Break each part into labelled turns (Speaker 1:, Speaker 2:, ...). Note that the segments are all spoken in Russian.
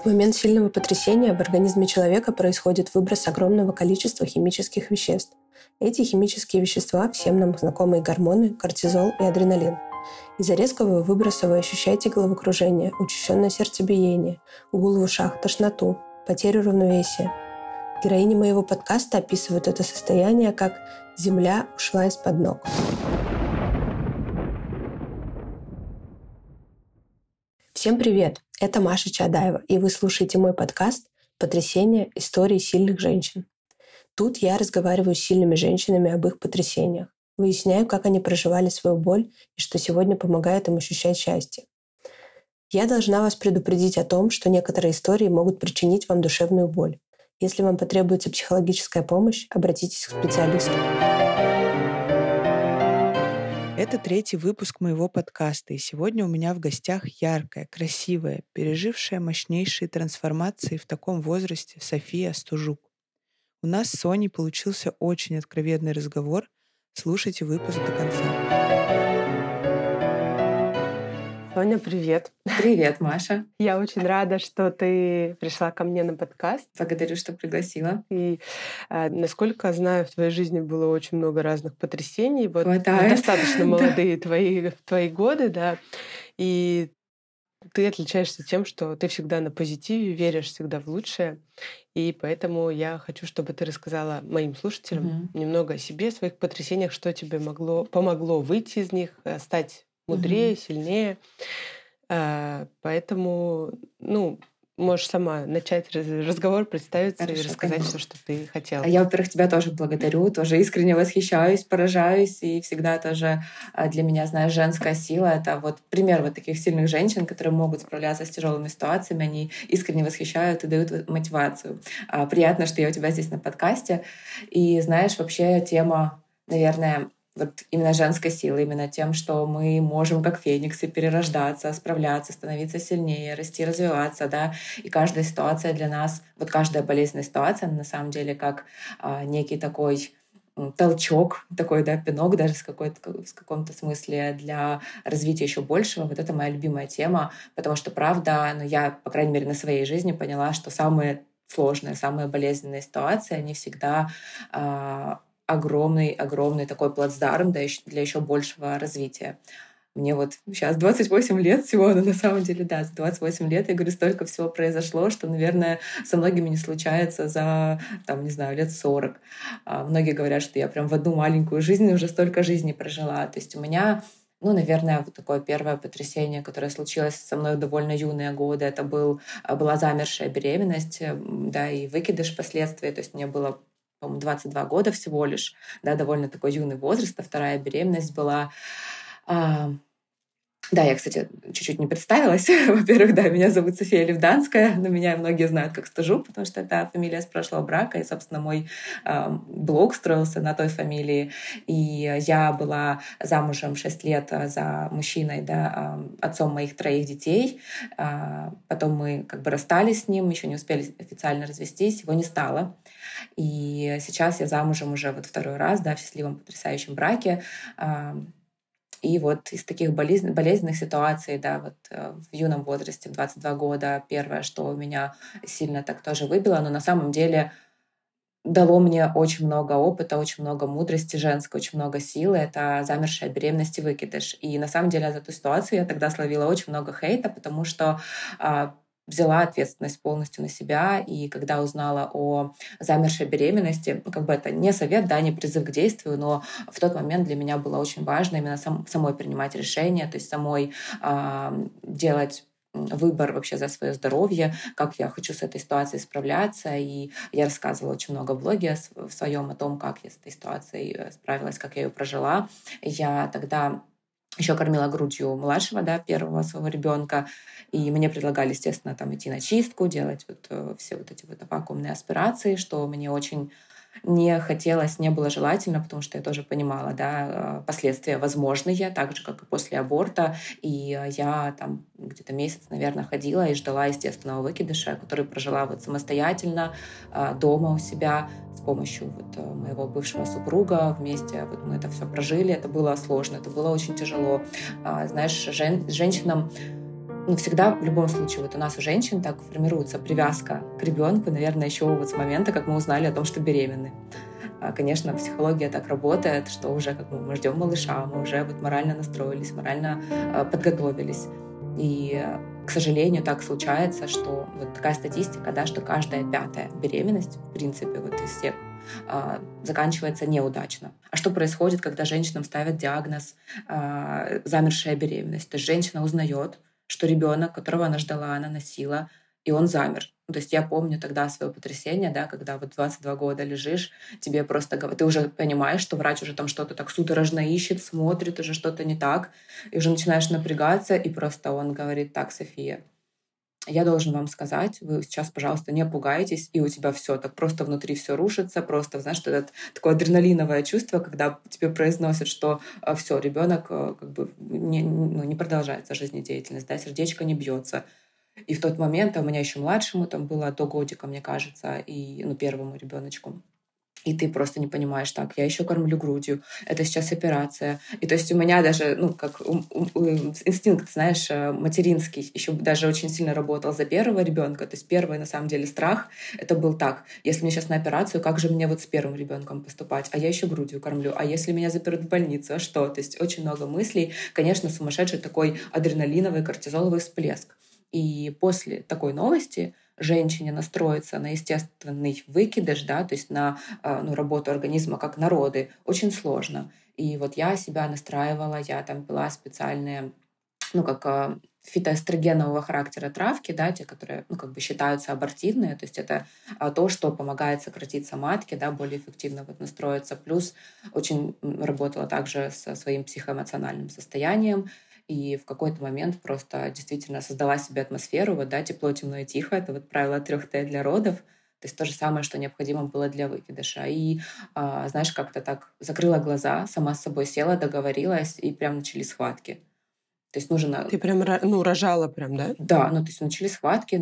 Speaker 1: В момент сильного потрясения в организме человека происходит выброс огромного количества химических веществ. Эти химические вещества – всем нам знакомые гормоны, кортизол и адреналин. Из-за резкого выброса вы ощущаете головокружение, учащенное сердцебиение, гул в ушах, тошноту, потерю равновесия. Героини моего подкаста описывают это состояние как «земля ушла из-под ног». Всем привет! Это Маша Чадаева, и вы слушаете мой подкаст «Потрясения. Истории сильных женщин». Тут я разговариваю с сильными женщинами об их потрясениях, выясняю, как они проживали свою боль и что сегодня помогает им ощущать счастье. Я должна вас предупредить о том, что некоторые истории могут причинить вам душевную боль. Если вам потребуется психологическая помощь, обратитесь к специалисту.
Speaker 2: Это 3-й выпуск моего подкаста, и сегодня у меня в гостях яркая, красивая, пережившая мощнейшие трансформации в таком возрасте София Стужук. У нас с Соней получился очень откровенный разговор. Слушайте выпуск до конца. Соня, привет.
Speaker 3: Привет, Маша.
Speaker 2: Я очень рада, что ты пришла ко мне на подкаст.
Speaker 3: Благодарю, что пригласила.
Speaker 2: И, насколько знаю, в твоей жизни было очень много разных потрясений. Вот
Speaker 3: Хватает.
Speaker 2: Достаточно молодые твои годы, да. И ты отличаешься тем, что ты всегда на позитиве, веришь всегда в лучшее. И поэтому я хочу, чтобы ты рассказала моим слушателям немного о себе, о своих потрясениях, что тебе помогло выйти из них, стать мудрее, сильнее. Поэтому, можешь сама начать разговор, представиться и рассказать все, что ты хотела.
Speaker 3: Я, во-первых, тебя тоже благодарю, тоже искренне восхищаюсь, поражаюсь, и всегда тоже для меня, знаешь, женская сила — это вот пример вот таких сильных женщин, которые могут справляться с тяжелыми ситуациями, они искренне восхищают и дают мотивацию. Приятно, что я у тебя здесь на подкасте. И знаешь, вообще тема, наверное, вот именно женской силы, именно тем, что мы можем как фениксы перерождаться, справляться, становиться сильнее, расти, развиваться, да, и каждая ситуация для нас, вот каждая болезненная ситуация, она на самом деле как некий такой толчок, такой, да, пинок даже в каком-то смысле для развития еще большего. Вот это моя любимая тема, потому что, правда, я, по крайней мере, на своей жизни поняла, что самые сложные, самые болезненные ситуации, они всегда огромный такой плацдарм для еще большего развития. Мне вот сейчас 28 лет всего, но на самом деле, да, за 28 лет, я говорю, столько всего произошло, что, наверное, со многими не случается за, лет 40. Многие говорят, что я прям в одну маленькую жизнь уже столько жизней прожила. То есть у меня, наверное, вот такое первое потрясение, которое случилось со мной в довольно юные годы, это была замершая беременность, да, и выкидыш впоследствии. То есть мне было 22 года всего лишь, да, довольно такой юный возраст, а вторая беременность была. Да, я, кстати, чуть-чуть не представилась. Во-первых, да, меня зовут София Левданская, но меня многие знают как Стужук, потому что это фамилия с прошлого брака, и, собственно, мой блог строился на той фамилии. И я была замужем 6 лет за мужчиной, да, отцом моих 3 детей. Потом мы как бы расстались с ним, еще не успели официально развестись, его не стало. И сейчас я замужем уже вот 2-й раз, да, в счастливом, потрясающем браке. И вот из таких болезненных ситуаций, да, вот в юном возрасте, в 22 года, первое, что меня сильно так тоже выбило, но на самом деле дало мне очень много опыта, очень много мудрости женской, очень много силы. Это замершая беременность и выкидыш. И на самом деле за эту ситуацию я тогда словила очень много хейта, потому что взяла ответственность полностью на себя, и когда узнала о замершей беременности, как бы это не совет, да, не призыв к действию, но в тот момент для меня было очень важно именно самой принимать решения, то есть самой делать выбор вообще за свое здоровье, как я хочу с этой ситуацией справляться. И я рассказывала очень много в блоге в своем о том, как я с этой ситуацией справилась, как я ее прожила. Я тогда еще кормила грудью младшего, да, первого своего ребенка, и мне предлагали, естественно, идти на чистку, делать все эти вакуумные аспирации, что мне очень не хотелось, не было желательно, потому что я тоже понимала, да, последствия возможные, так же, как и после аборта. И я где-то месяц, наверное, ходила и ждала естественного выкидыша, который прожила самостоятельно дома у себя с помощью моего бывшего супруга. Вместе мы это все прожили. Это было сложно, это было очень тяжело. Знаешь, женщинам Ну, всегда, в любом случае, вот у нас у женщин так формируется привязка к ребенку, наверное, еще вот с момента, как мы узнали о том, что беременны. Конечно, психология так работает, что уже как мы ждем малыша, мы уже вот морально настроились, морально подготовились. И, к сожалению, так случается, что вот такая статистика, да, что каждая 5-я беременность, в принципе, вот из всех, заканчивается неудачно. А что происходит, когда женщинам ставят диагноз замершая беременность? То есть женщина узнает, что ребенок, которого она ждала, она носила, и он замер. То есть я помню тогда свое потрясение, да, когда вот 22 года лежишь, тебе просто ты уже понимаешь, что врач уже там что-то так судорожно ищет, смотрит, уже что-то не так, и уже начинаешь напрягаться, и просто он говорит: так, София, я должен вам сказать, вы сейчас, пожалуйста, не пугайтесь, и у тебя все так просто внутри все рушится, просто, знаешь, это такое адреналиновое чувство, когда тебе произносят, что все, ребенок как бы не продолжается жизнедеятельность, да, сердечко не бьется. И в тот момент, а у меня еще младшему там было до годика, мне кажется, и первому ребеночку. И ты просто не понимаешь, так, я еще кормлю грудью, это сейчас операция. И то есть у меня даже, как инстинкт, знаешь, материнский, еще даже очень сильно работал за первого ребенка. То есть первый, на самом деле, страх, это был так, если мне сейчас на операцию, как же мне вот с первым ребенком поступать? А я еще грудью кормлю. А если меня заперут в больницу, а что? То есть очень много мыслей. Конечно, сумасшедший такой адреналиновый, кортизоловый всплеск. И после такой новости женщине настроиться на естественный выкидыш, да, то есть на работу организма как на роды, очень сложно. И вот я себя настраивала, я там пила специальные, фитоэстрогенового характера травки, да, те, которые, считаются абортивные, то есть это то, что помогает сократиться матке, да, более эффективно вот настроиться. Плюс очень работала также со своим психоэмоциональным состоянием, и в какой-то момент просто действительно создала себе атмосферу, вот, да, тепло, темно и тихо. Это вот правило 3Т для родов. То есть то же самое, что необходимо было для выкидыша. И, знаешь, как-то так закрыла глаза, сама с собой села, договорилась, и прям начались схватки. То есть нужно...
Speaker 2: Ты прям, рожала прям, да?
Speaker 3: Да, то есть начались схватки,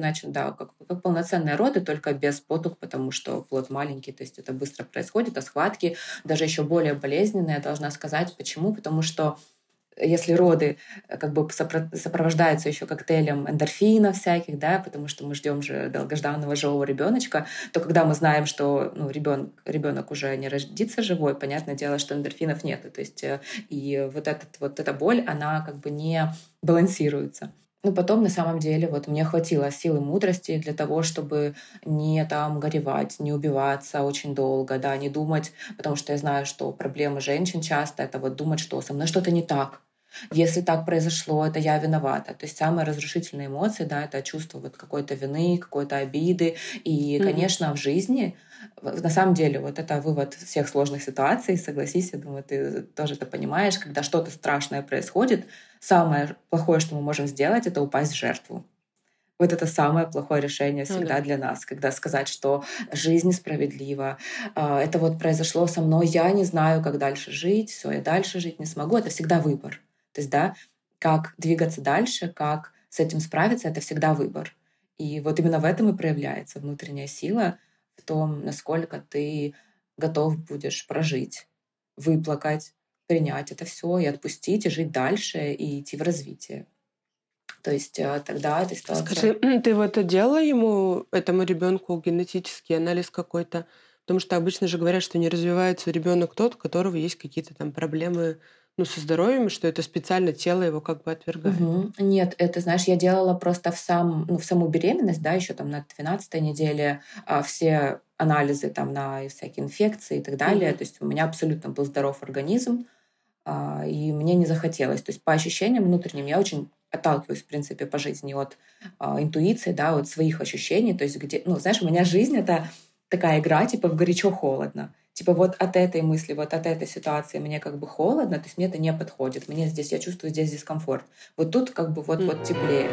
Speaker 3: как полноценные роды, только без потуг, потому что плод маленький, то есть это быстро происходит, а схватки даже еще более болезненные, я должна сказать. Почему? Потому что если роды как бы сопровождаются еще коктейлем эндорфинов всяких, да, потому что мы ждем же долгожданного живого ребеночка, то когда мы знаем, что ребенок уже не родится живой, понятное дело, что эндорфинов нет. То есть и вот эта боль, она как бы не балансируется. Потом, на самом деле, вот мне хватило силы и мудрости для того, чтобы не там горевать, не убиваться очень долго, да, не думать, потому что я знаю, что проблемы женщин часто — это вот думать, что со мной что-то не так. Если так произошло, это я виновата. То есть самые разрушительные эмоции, да, это чувство вот какой-то вины, какой-то обиды. И, конечно, в жизни, на самом деле, вот это вывод всех сложных ситуаций, согласись, я думаю, ты тоже это понимаешь, когда что-то страшное происходит, самое плохое, что мы можем сделать, это упасть в жертву. Вот это самое плохое решение всегда для нас, когда сказать, что жизнь несправедлива, это вот произошло со мной, я не знаю, как дальше жить, все, я дальше жить не смогу, это всегда выбор. То есть, да, как двигаться дальше, как с этим справиться, это всегда выбор. И вот именно в этом и проявляется внутренняя сила, в том, насколько ты готов будешь прожить, выплакать, принять это все и отпустить, и жить дальше, и идти в развитие. То есть тогда эта ситуация...
Speaker 2: Скажи, ты вот делала этому ребенку генетический анализ какой-то? Потому что обычно же говорят, что не развивается ребенок тот, у которого есть какие-то там проблемы со здоровьем, что это специально тело его как бы отвергает.
Speaker 3: Нет, это, знаешь, я делала просто в саму беременность, да, еще там на 12-й неделе все анализы там на всякие инфекции и так далее. То есть у меня абсолютно был здоров организм, и мне не захотелось. То есть по ощущениям внутренним я очень отталкиваюсь, в принципе, по жизни от интуиции, да, от своих ощущений. То есть где, знаешь, у меня жизнь — это такая игра, типа в горячо-холодно. Типа вот от этой мысли, вот от этой ситуации мне как бы холодно, то есть мне это не подходит. Мне здесь, я чувствую здесь дискомфорт. Вот тут как бы вот теплее.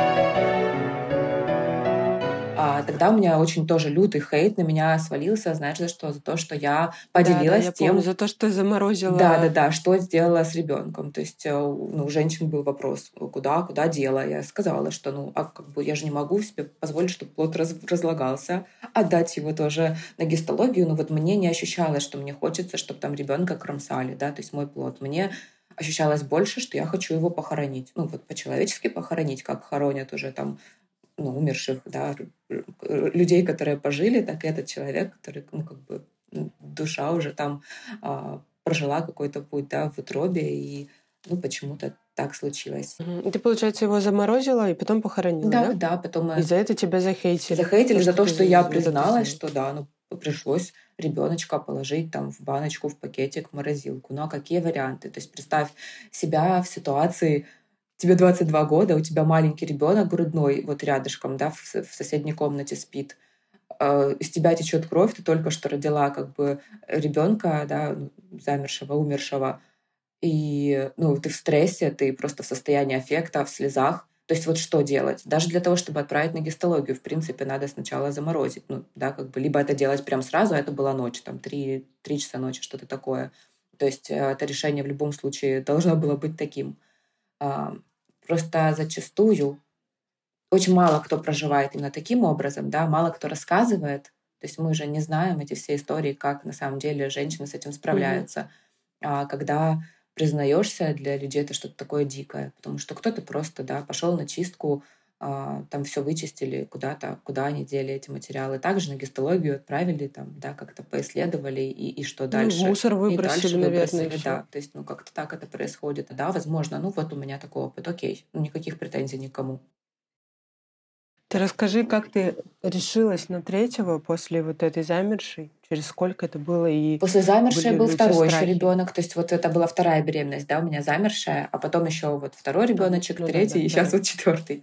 Speaker 3: Тогда у меня очень тоже лютый хейт на меня свалился, знаешь, за что? За то, что я поделилась
Speaker 2: я
Speaker 3: тем...
Speaker 2: помню, за то, что заморозила...
Speaker 3: Да, что сделала с ребенком. То есть у женщин был вопрос, куда дело. Я сказала, что я же не могу себе позволить, чтобы плод разлагался, отдать его тоже на гистологию. Но вот мне не ощущалось, что мне хочется, чтобы там ребенка кромсали, да, то есть мой плод. Мне ощущалось больше, что я хочу его похоронить. Ну, вот по-человечески похоронить, как хоронят уже там, ну, умерших, да, людей, которые пожили, так и этот человек, который, ну, как бы душа уже там прожила какой-то путь, да, в утробе, и, ну, почему-то так случилось.
Speaker 2: И ты, получается, его заморозила и потом похоронила,
Speaker 3: Да,
Speaker 2: да?
Speaker 3: да, потом
Speaker 2: И за это тебя захейтили.
Speaker 3: захейтили за то, что я
Speaker 2: вот это
Speaker 3: призналась,
Speaker 2: сделала.
Speaker 3: что да, ну, пришлось ребеночка положить там в баночку, в пакетик, в морозилку. Ну, а какие варианты? То есть представь себя в ситуации, тебе 22 года, у тебя маленький ребенок грудной вот рядышком, да, в соседней комнате спит. Из тебя течет кровь, ты только что родила как бы ребенка, да, замершего, умершего, и, ну, ты в стрессе, ты просто в состоянии аффекта, в слезах. То есть вот что делать? Даже для того, чтобы отправить на гистологию, в принципе, надо сначала заморозить. Ну, да, как бы либо это делать прямо сразу, а это была ночь, там, 3 часа ночи, что-то такое. То есть это решение в любом случае должно было быть таким. Просто зачастую очень мало кто проживает именно таким образом, да, мало кто рассказывает. То есть мы же не знаем эти все истории, как на самом деле женщины с этим справляются. А когда признаешься, для людей это что-то такое дикое, потому что кто-то просто, да, пошел на чистку, там все вычистили куда-то, куда они дели эти материалы. Также на гистологию отправили, там, да, как-то поисследовали, и что
Speaker 2: Ну, в
Speaker 3: дальше?
Speaker 2: мусор
Speaker 3: И
Speaker 2: выбросили,
Speaker 3: дальше
Speaker 2: наверное,
Speaker 3: выбросили,
Speaker 2: и
Speaker 3: да.
Speaker 2: всё.
Speaker 3: То есть, ну, как-то так это происходит. Да, возможно, ну, вот у меня такой опыт, окей, ну, никаких претензий никому.
Speaker 2: Ты расскажи, как ты решилась на третьего после вот этой замершей? Через сколько это было? И
Speaker 3: После замершей
Speaker 2: были
Speaker 3: был
Speaker 2: ли у тебя
Speaker 3: второй еще
Speaker 2: страхи?
Speaker 3: ребенок, то есть вот это была вторая беременность, да, у меня замершая, а потом еще вот второй ребеночек,
Speaker 2: Ну да,
Speaker 3: третий, и сейчас
Speaker 2: второй.
Speaker 3: вот четвертый.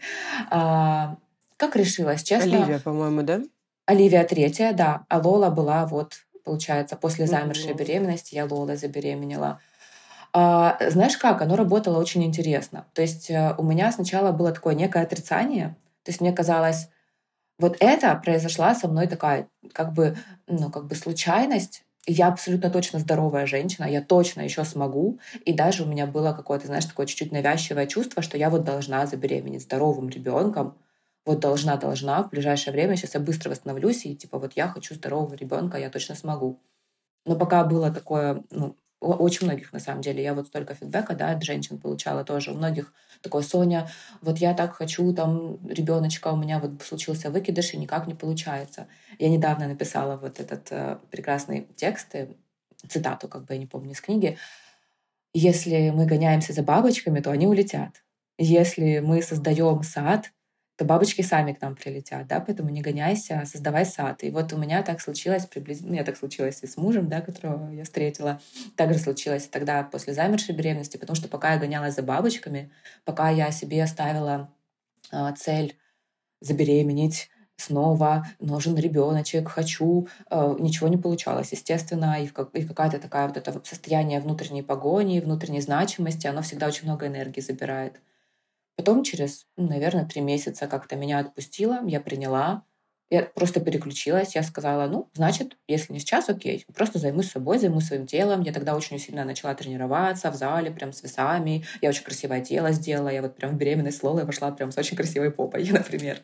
Speaker 3: Как решилась, честно?
Speaker 2: Оливия, по-моему, да?
Speaker 3: Оливия третья, да, а Лола была вот, получается, после замершей
Speaker 2: Лола.
Speaker 3: беременности я Лолой забеременела. Знаешь как, оно работало очень интересно. То есть у меня сначала было такое некое отрицание, то есть мне казалось, вот это произошла со мной такая как бы, ну, как бы случайность. Я абсолютно точно здоровая женщина, я точно еще смогу. И даже у меня было какое-то, знаешь, такое чуть-чуть навязчивое чувство, что я вот должна забеременеть здоровым ребенком. Вот должна в ближайшее время. Сейчас я быстро восстановлюсь, и типа вот я хочу здорового ребенка, я точно смогу. Но пока было такое, ну, у очень многих, на самом деле, я вот столько фидбэка, да, от женщин получала тоже. У многих такое: Соня, вот я так хочу там ребеночка, у меня вот случился выкидыш, и никак не получается. Я недавно написала вот этот прекрасный текст, цитату, как бы, я не помню, из книги. Если мы гоняемся за бабочками, то они улетят. Если мы создаем сад, то бабочки сами к нам прилетят, да, поэтому не гоняйся, а создавай сад. И вот у меня так случилось приблизительно, у меня так случилось и с мужем, да, которого я встретила, также случилось тогда после замершей беременности, потому что пока я гонялась за бабочками, пока я себе ставила цель забеременеть снова, нужен ребеночек, хочу, ничего не получалось, естественно, и какая-то такая вот это состояние внутренней погони, внутренней значимости, оно всегда очень много энергии забирает. Потом через, наверное, 3 месяца как-то меня отпустило, я приняла, я просто переключилась, я сказала, ну, значит, если не сейчас, окей, просто займусь собой, займусь своим телом. Я тогда очень сильно начала тренироваться в зале, прям с весами. Я очень красивое тело сделала, я вот прям в беременность с Лолой вошла прям с очень красивой попой, например.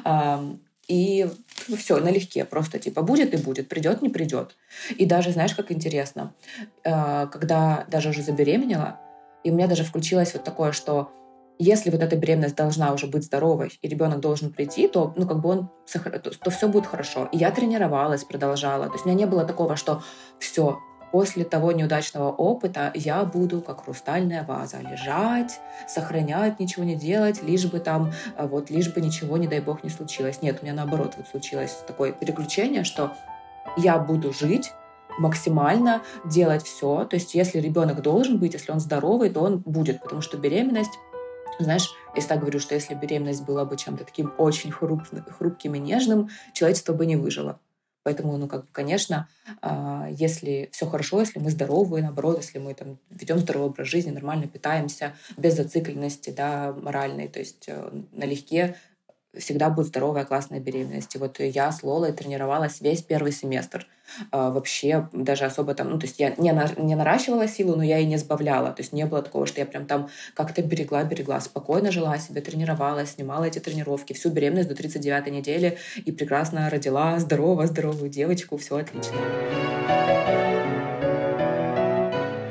Speaker 3: И все налегке, просто типа будет и будет, придет, не придет. И даже, знаешь, как интересно, когда даже уже забеременела, и у меня даже включилось вот такое, что если вот эта беременность должна уже быть здоровой, и ребенок должен прийти, то, ну, как бы то все будет хорошо. И я тренировалась, продолжала. То есть у меня не было такого, что все, после того неудачного опыта я буду как хрустальная ваза лежать, сохранять, ничего не делать, лишь бы там, вот, лишь бы ничего, не дай бог, не случилось. Нет, у меня наоборот вот случилось такое переключение, что я буду жить максимально, делать все. То есть если ребенок должен быть, если он здоровый, то он будет, потому что беременность, знаешь, я всегда говорю, что если беременность была бы чем-то таким очень хрупким и нежным, человечество бы не выжило. Поэтому, ну, как бы, конечно, если все хорошо, если мы здоровы, наоборот, если мы там ведем здоровый образ жизни, нормально питаемся, без зацикленности, да, моральной, то есть налегке, всегда будет здоровая, классная беременность. И вот я с Лолой тренировалась весь первый семестр. Вообще даже особо там, ну, то есть я не наращивала силу, но я и не сбавляла. То есть не было такого, что я прям там как-то берегла, спокойно жила себе, тренировалась, снимала эти тренировки всю беременность до 39-й недели и прекрасно родила здоровую девочку, все отлично.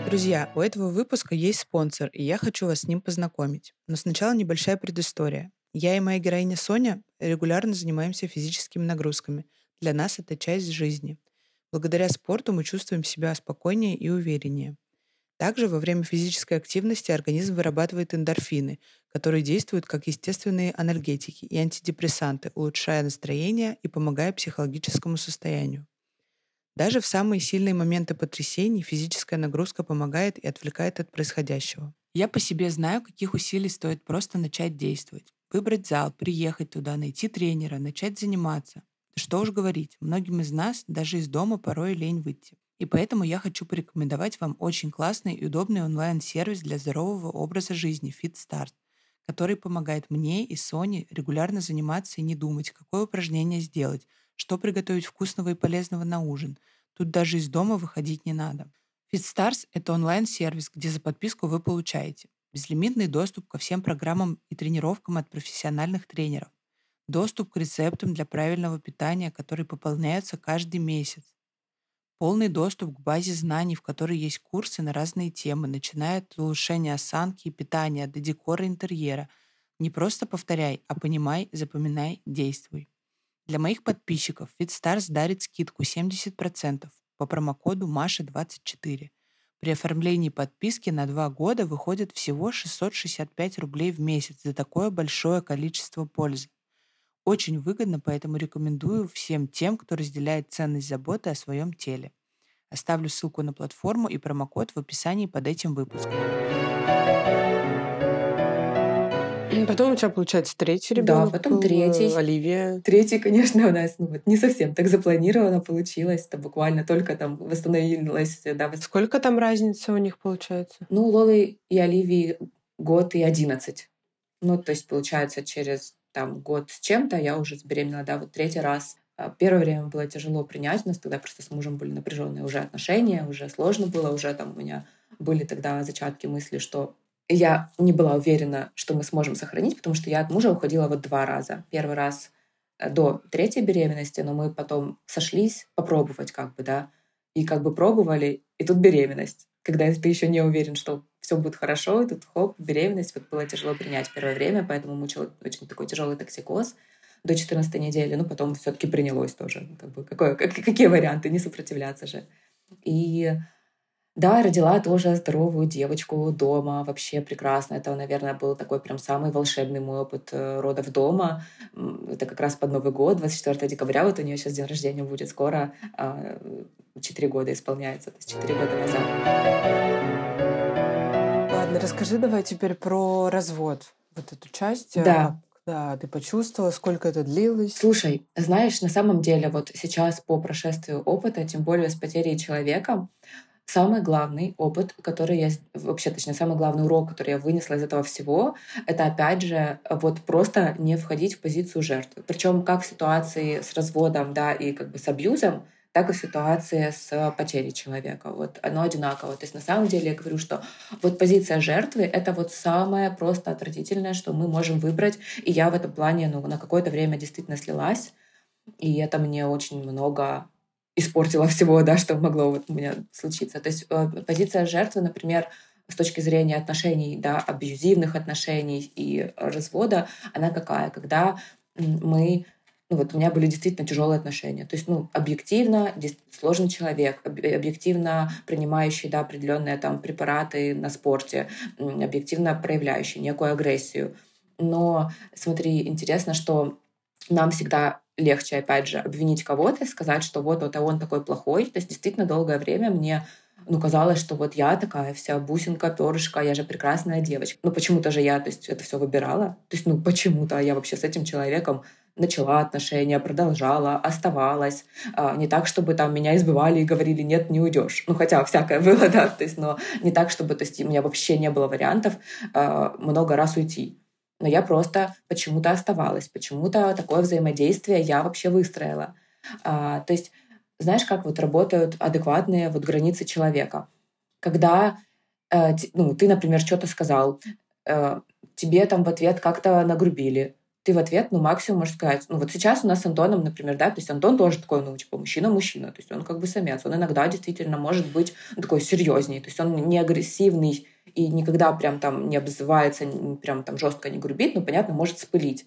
Speaker 4: Друзья, у этого выпуска есть спонсор, и я хочу вас с ним познакомить. Но сначала небольшая предыстория. Я и моя героиня Соня регулярно занимаемся физическими нагрузками. Для нас это часть жизни. Благодаря спорту мы чувствуем себя спокойнее и увереннее. Также во время физической активности организм вырабатывает эндорфины, которые действуют как естественные анальгетики и антидепрессанты, улучшая настроение и помогая психологическому состоянию. Даже в самые сильные моменты потрясений физическая нагрузка помогает и отвлекает от происходящего. Я по себе знаю, каких усилий стоит просто начать действовать. Выбрать зал, приехать туда, найти тренера, начать заниматься. Да что уж говорить, многим из нас даже из дома порой лень выйти. И поэтому я хочу порекомендовать вам очень классный и удобный онлайн-сервис для здорового образа жизни FitStart, который помогает мне и Соне регулярно заниматься и не думать, какое упражнение сделать, что приготовить вкусного и полезного на ужин. Тут даже из дома выходить не надо. FitStars — это онлайн-сервис, где за подписку вы получаете безлимитный доступ ко всем программам и тренировкам от профессиональных тренеров, доступ к рецептам для правильного питания, которые пополняются каждый месяц, полный доступ к базе знаний, в которой есть курсы на разные темы, начиная от улучшения осанки и питания до декора интерьера. Не просто повторяй, а понимай, запоминай, действуй. Для моих подписчиков FitStars дарит скидку 70% по промокоду Маша24. При оформлении подписки на 2 года выходит всего 665 рублей в месяц за такое большое количество пользы. Очень выгодно, поэтому рекомендую всем тем, кто разделяет ценность заботы о своем теле. Оставлю ссылку на платформу и промокод в описании под этим выпуском.
Speaker 2: Потом у тебя, получается, третий
Speaker 3: Да,
Speaker 2: ребенок
Speaker 3: потом
Speaker 2: был,
Speaker 3: третий.
Speaker 2: Оливия.
Speaker 3: Третий, конечно, у нас не совсем так запланировано получилось. Это буквально только там восстановилось. Да,
Speaker 2: Сколько там разницы у них получается?
Speaker 3: Ну, у Лолы и Оливии год и 11. Ну, то есть, получается, через там год с чем-то я уже забеременела, да, вот третий раз. Первое время было тяжело принять, у нас тогда просто с мужем были напряженные уже отношения, уже сложно было, уже там у меня были тогда зачатки мысли, что я не была уверена, что мы сможем сохранить, потому что я от мужа уходила вот 2 раза. Первый раз до третьей беременности, но мы потом сошлись попробовать как бы, да, и как бы пробовали, и тут беременность. Когда ты еще не уверен, что все будет хорошо, и тут хоп, беременность. Вот было тяжело принять первое время, поэтому мучил очень такой тяжелый токсикоз до 14 недели. Ну, потом все-таки принялось тоже. Как бы, какие варианты? Не сопротивляться же. И да, родила тоже здоровую девочку дома, вообще прекрасно. Это, наверное, был такой прям самый волшебный мой опыт родов дома. Это как раз под Новый год, 24 декабря, вот у нее сейчас день рождения будет скоро, 4 года исполняется, то есть 4 года назад.
Speaker 2: Ладно, расскажи давай теперь про развод, вот эту часть.
Speaker 3: Да.
Speaker 2: Когда ты почувствовала, сколько это длилось?
Speaker 3: Слушай, знаешь, на самом деле вот сейчас по прошествию опыта, тем более с потерей человека, самый главный опыт, который я... Вообще, точнее, самый главный урок, который я вынесла из этого всего, это, опять же, вот просто не входить в позицию жертвы. Причем как в ситуации с разводом, да, и как бы с абьюзом, так и в ситуации с потерей человека. Вот оно одинаково. То есть на самом деле я говорю, что вот позиция жертвы — это вот самое просто отвратительное, что мы можем выбрать. И я в этом плане на какое-то время действительно слилась. И это мне очень много испортило всего, да, что могло вот у меня случиться. То есть позиция жертвы, например, с точки зрения отношений, да, абьюзивных отношений и развода, она какая? Когда мы... Ну вот у меня были действительно тяжелые отношения. То есть, объективно сложный человек, объективно принимающий, да, определенные там препараты на спорте, объективно проявляющий некую агрессию. Но смотри, интересно, что нам всегда легче, опять же, обвинить кого-то, сказать, что вот он такой плохой. То есть действительно долгое время мне казалось, что вот я такая вся бусинка, перышко, я же прекрасная девочка. Почему-то же я, то есть, это все выбирала. То есть, почему-то я вообще с этим человеком начала отношения, продолжала, оставалась. Не так, чтобы там меня избивали и говорили: нет, не уйдешь. Хотя всякое было, да, то есть, но не так, чтобы, то есть, у меня вообще не было вариантов много раз уйти. Но я просто почему-то оставалась, почему-то такое взаимодействие я вообще выстроила. То есть, знаешь, как вот работают адекватные вот границы человека. Когда ты, например, что-то сказал, тебе там в ответ как-то нагрубили, ты в ответ, максимум можешь сказать, вот сейчас у нас с Антоном, например, да, то есть Антон тоже такой, мужчина-мужчина, то есть он как бы самец, он иногда действительно может быть такой серьезней, то есть он не агрессивный и никогда прям там не обзывается, прям там жестко не грубит, понятно, может спылить.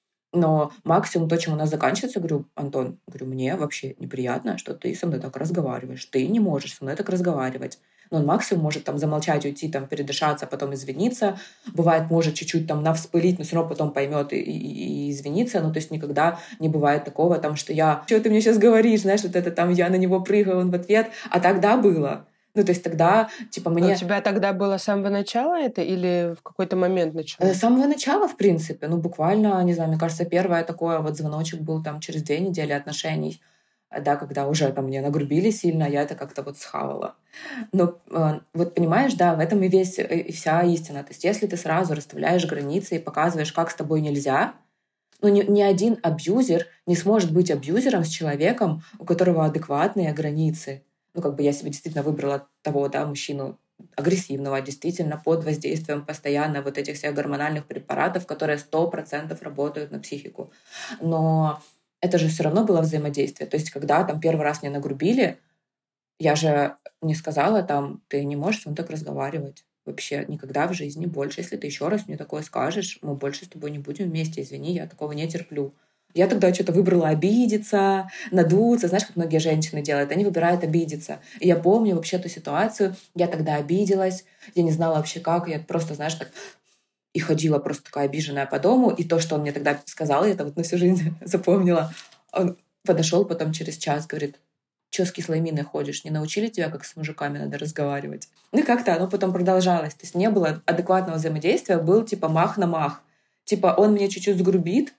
Speaker 3: Но максимум то, чем у нас заканчивается, говорю, Антон, мне вообще неприятно, что ты со мной так разговариваешь, ты не можешь со мной так разговаривать. Но он максимум может там замолчать, уйти, там передышаться, потом извиниться. Бывает, может чуть-чуть там навспылить, но все равно потом поймет и извиниться. То есть никогда не бывает такого, там, что что ты мне сейчас говоришь, знаешь, вот это там я на него прыгаю, он в ответ. А тогда было. То есть тогда, мне...
Speaker 2: У тебя тогда было с самого начала это или в какой-то момент началось?
Speaker 3: С самого начала, в принципе. Буквально, не знаю, мне кажется, первое такое звоночек был там через 2 недели отношений, да, когда уже там мне нагрубили сильно, я это как-то схавала. Но понимаешь, да, в этом и вся истина. То есть если ты сразу расставляешь границы и показываешь, как с тобой нельзя, ни один абьюзер не сможет быть абьюзером с человеком, у которого адекватные границы. Я себе действительно выбрала того, да, мужчину агрессивного, действительно под воздействием постоянно этих всех гормональных препаратов, которые 100% работают на психику. Но это же все равно было взаимодействие. То есть, когда там первый раз меня нагрубили, я же не сказала там, ты не можешь со мной так разговаривать. Вообще никогда в жизни больше. Если ты еще раз мне такое скажешь, мы больше с тобой не будем вместе. Извини, я такого не терплю. Я тогда что-то выбрала обидеться, надуться. Знаешь, как многие женщины делают? Они выбирают обидеться. И я помню вообще эту ситуацию. Я тогда обиделась. Я не знала вообще как. Я просто, знаешь, так... И ходила просто такая обиженная по дому. И то, что он мне тогда сказал, я это на всю жизнь запомнила. Он подошел потом через час, говорит, что с кислой миной ходишь? Не научили тебя, как с мужиками надо разговаривать? Как-то оно потом продолжалось. То есть не было адекватного взаимодействия, был мах на мах. Он мне чуть-чуть сгрубит,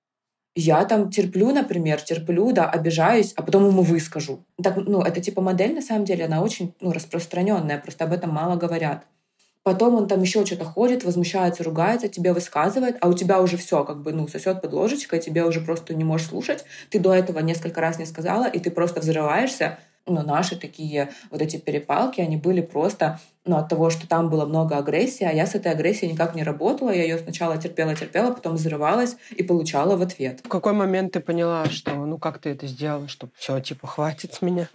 Speaker 3: я там терплю, да, обижаюсь, а потом ему выскажу. Так, это модель, на самом деле, она очень распространенная, просто об этом мало говорят. Потом он там еще что-то ходит, возмущается, ругается, тебе высказывает, а у тебя уже все сосет под ложечкой, тебе уже просто не можешь слушать. Ты до этого несколько раз не сказала, и ты просто взрываешься. Наши такие эти перепалки, они были просто от того, что там было много агрессии, а я с этой агрессией никак не работала. Я ее сначала терпела, потом взрывалась и получала в ответ.
Speaker 2: В какой момент ты поняла, что как ты это сделала, что все, хватит с меня?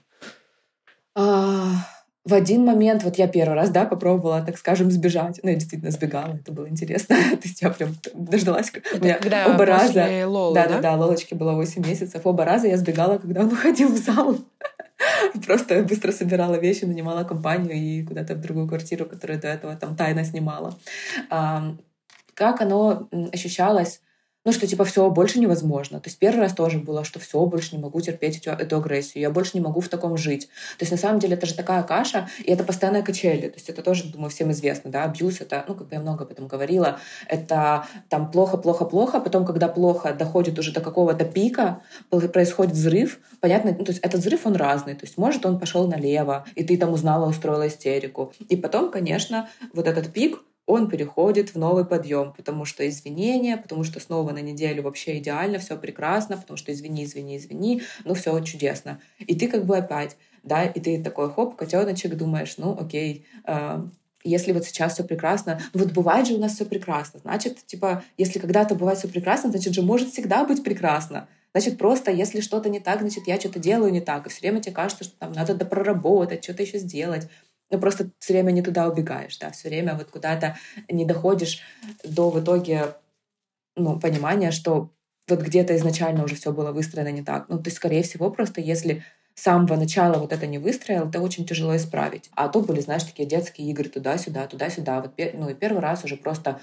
Speaker 3: В один момент, я первый раз, да, попробовала, так скажем, сбежать. Я действительно сбегала, это было интересно. То есть я прям дождалась.
Speaker 2: У меня оба раза... Лолы,
Speaker 3: да, Лолочке было 8 месяцев. Оба раза я сбегала, когда он уходил в зал. Просто быстро собирала вещи, нанимала компанию и куда-то в другую квартиру, которую до этого там тайно снимала. Как оно ощущалось? Что все, больше невозможно. То есть первый раз тоже было, что все, больше не могу терпеть эту агрессию, я больше не могу в таком жить. То есть на самом деле это же такая каша, и это постоянная качели. То есть это тоже, думаю, всем известно, да, абьюз, это, я много об этом говорила, это там плохо, потом, когда плохо доходит уже до какого-то пика, происходит взрыв, понятно, то есть этот взрыв, он разный, то есть может он пошел налево, и ты там узнала, устроила истерику. И потом, конечно, этот пик, он переходит в новый подъем, потому что извинения, потому что снова на неделю вообще идеально, все прекрасно, потому что извини, все чудесно. И ты опять, да, и ты такой, хоп, котеночек, думаешь, окей, если сейчас все прекрасно, бывает же у нас все прекрасно, значит, если когда-то бывает все прекрасно, значит же может всегда быть прекрасно. Значит, просто если что-то не так, значит, я что-то делаю не так, и все время тебе кажется, что там надо проработать, что-то еще сделать. Просто все время не туда убегаешь, да, все время куда-то не доходишь до в итоге, понимания, что где-то изначально уже все было выстроено не так. То есть, скорее всего, просто если с самого начала это не выстроил, это очень тяжело исправить. А то были, знаешь, такие детские игры туда-сюда, туда-сюда. И первый раз уже просто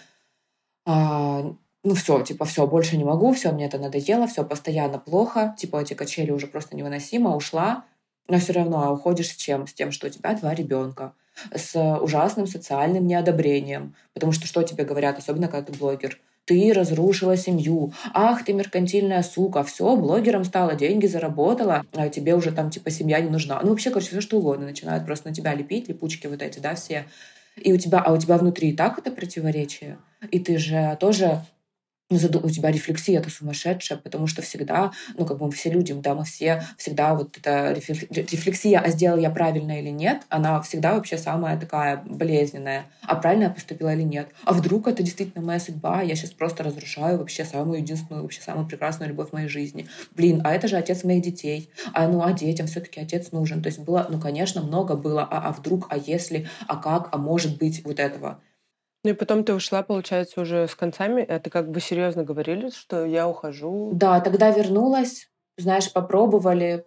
Speaker 3: все, больше не могу, все, мне это надоело, все постоянно плохо, эти качели уже просто невыносимо, ушла. Но все равно уходишь с чем? С тем, что у тебя 2 ребенка, с ужасным социальным неодобрением. Потому что тебе говорят, особенно когда ты блогер? Ты разрушила семью. Ах, ты меркантильная сука. Все, блогером стала, деньги заработала, а тебе уже там семья не нужна. Вообще, все что угодно. Начинают просто на тебя лепить, липучки эти, да, все. И у тебя внутри и так это противоречие. И ты же тоже у тебя рефлексия-то сумасшедшая, потому что всегда, мы все люди, да, мы все всегда вот эта рефлексия, а сделал я правильно или нет, она всегда вообще самая такая болезненная. А правильно я поступила или нет? А вдруг это действительно моя судьба, я сейчас просто разрушаю вообще самую единственную, вообще самую прекрасную любовь в моей жизни. Блин, а это же отец моих детей. А детям все-таки отец нужен. То есть было, конечно, много было. А вдруг, а если, а как, а может быть вот этого.
Speaker 2: Ну и потом ты ушла, получается, уже с концами. А ты как бы серьезно говорили, что я ухожу?
Speaker 3: Да, тогда вернулась. Знаешь, попробовали,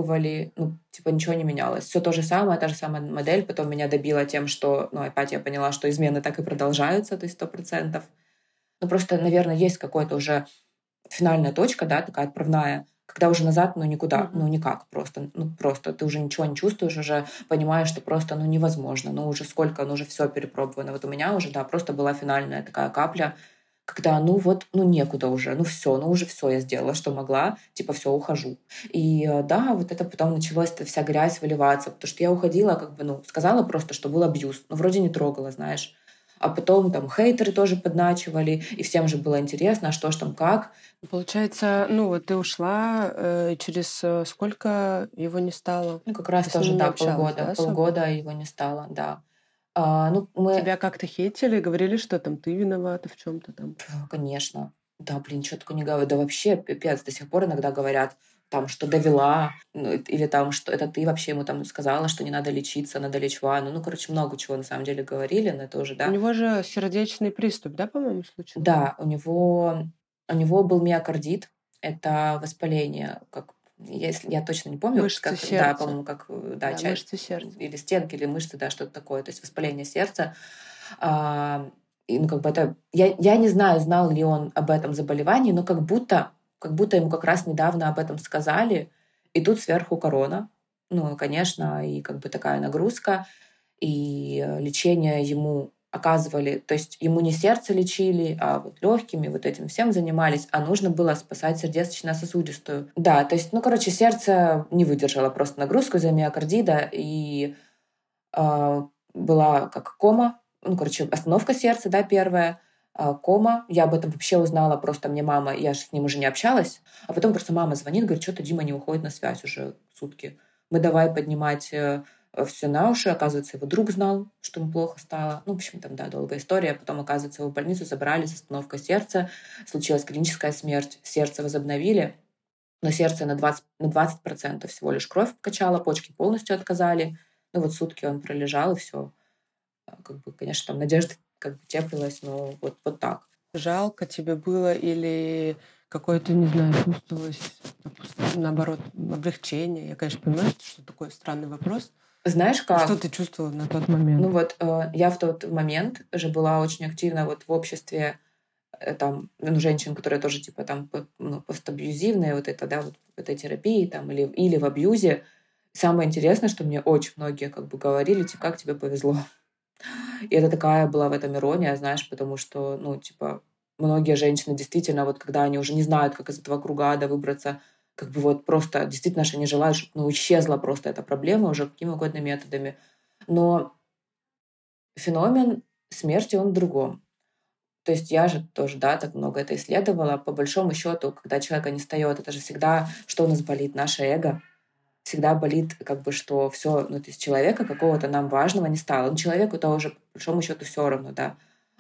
Speaker 3: ничего не менялось. Все то же самое, та же самая модель. Потом меня добило тем, что, опять я поняла, что измены так и продолжаются, то есть 100%. Просто, наверное, есть какая-то уже финальная точка, да, такая отправная, когда уже назад, никуда, никак просто. Просто ты уже ничего не чувствуешь, уже понимаешь, что просто, невозможно. Уже сколько, уже все перепробовано. Вот у меня уже, да, просто была финальная такая капля, когда, некуда уже, уже все я сделала, что могла, все, ухожу. И да, вот это потом началась эта вся грязь выливаться, потому что я уходила, сказала просто, что был абьюз, вроде не трогала, знаешь. А потом там хейтеры тоже подначивали, и всем же было интересно, а что ж там, как.
Speaker 2: Получается, вот ты ушла, через сколько его не стало?
Speaker 3: Как раз
Speaker 2: Ты
Speaker 3: тоже, да,
Speaker 2: общалась, да,
Speaker 3: полгода его не стало, да.
Speaker 2: Тебя как-то хейтили, говорили, что там ты виновата в чем-то там?
Speaker 3: Конечно. Да, блин, что такое не говорю. Да вообще, пипец, до сих пор иногда говорят, там, что довела, или там, что это ты вообще ему там сказала, что не надо лечиться, надо лечь в ванну. Много чего на самом деле говорили, но это уже, да.
Speaker 2: У него же сердечный приступ, да, по-моему, случился?
Speaker 3: Да, у него был миокардит, это воспаление, если я точно не помню,
Speaker 2: мышцы сердца.
Speaker 3: Да, по-моему, часть
Speaker 2: мышцы сердца.
Speaker 3: или стенки, или мышцы, да, что-то такое, то есть воспаление сердца. И, это я не знаю, знал ли он об этом заболевании, но как будто ему как раз недавно об этом сказали, и тут сверху корона, конечно, и такая нагрузка, и лечение ему оказывали, то есть ему не сердце лечили, а вот легкими, вот этим всем занимались, а нужно было спасать сердечно-сосудистую. Да, то есть, сердце не выдержало просто нагрузку из-за миокардита, и была как кома, остановка сердца, да, первая, кома. Я об этом вообще узнала, просто мне мама, я же с ним уже не общалась, а потом просто мама звонит, говорит, что-то Дима не уходит на связь уже сутки. Мы давай поднимать все на уши. Оказывается, его друг знал, что ему плохо стало. В общем, там, да, долгая история. Потом, оказывается, его в больницу забрали с остановкой сердца. Случилась клиническая смерть. Сердце возобновили, но сердце на 20% всего лишь кровь покачало, почки полностью отказали. Сутки он пролежал, и все. Конечно, там надежда теплилась, но вот так.
Speaker 2: Жалко тебе было или какое-то, не знаю, чувствовалось, наоборот, облегчение? Я, конечно, понимаю, что такой странный вопрос.
Speaker 3: Знаешь как?
Speaker 2: Что ты чувствовала на тот момент?
Speaker 3: Я в тот момент же была очень активна в обществе там, женщин, которые тоже постабьюзивные, да, в этой терапии там, или в абьюзе. Самое интересное, что мне очень многие говорили, как тебе повезло. И это такая была в этом ирония, знаешь, потому что, многие женщины действительно, когда они уже не знают, как из этого круга ада выбраться, просто действительно же они желают, чтобы исчезла просто эта проблема уже какими угодно методами. Но феномен смерти, он в другом. То есть я же тоже, да, так много это исследовала. По большому счету, когда человека не встает, это же всегда, что у нас болит? Наше эго. Всегда болит, что все, то есть человека какого-то нам важного не стало. Человеку это уже, по большому счету, все равно, да.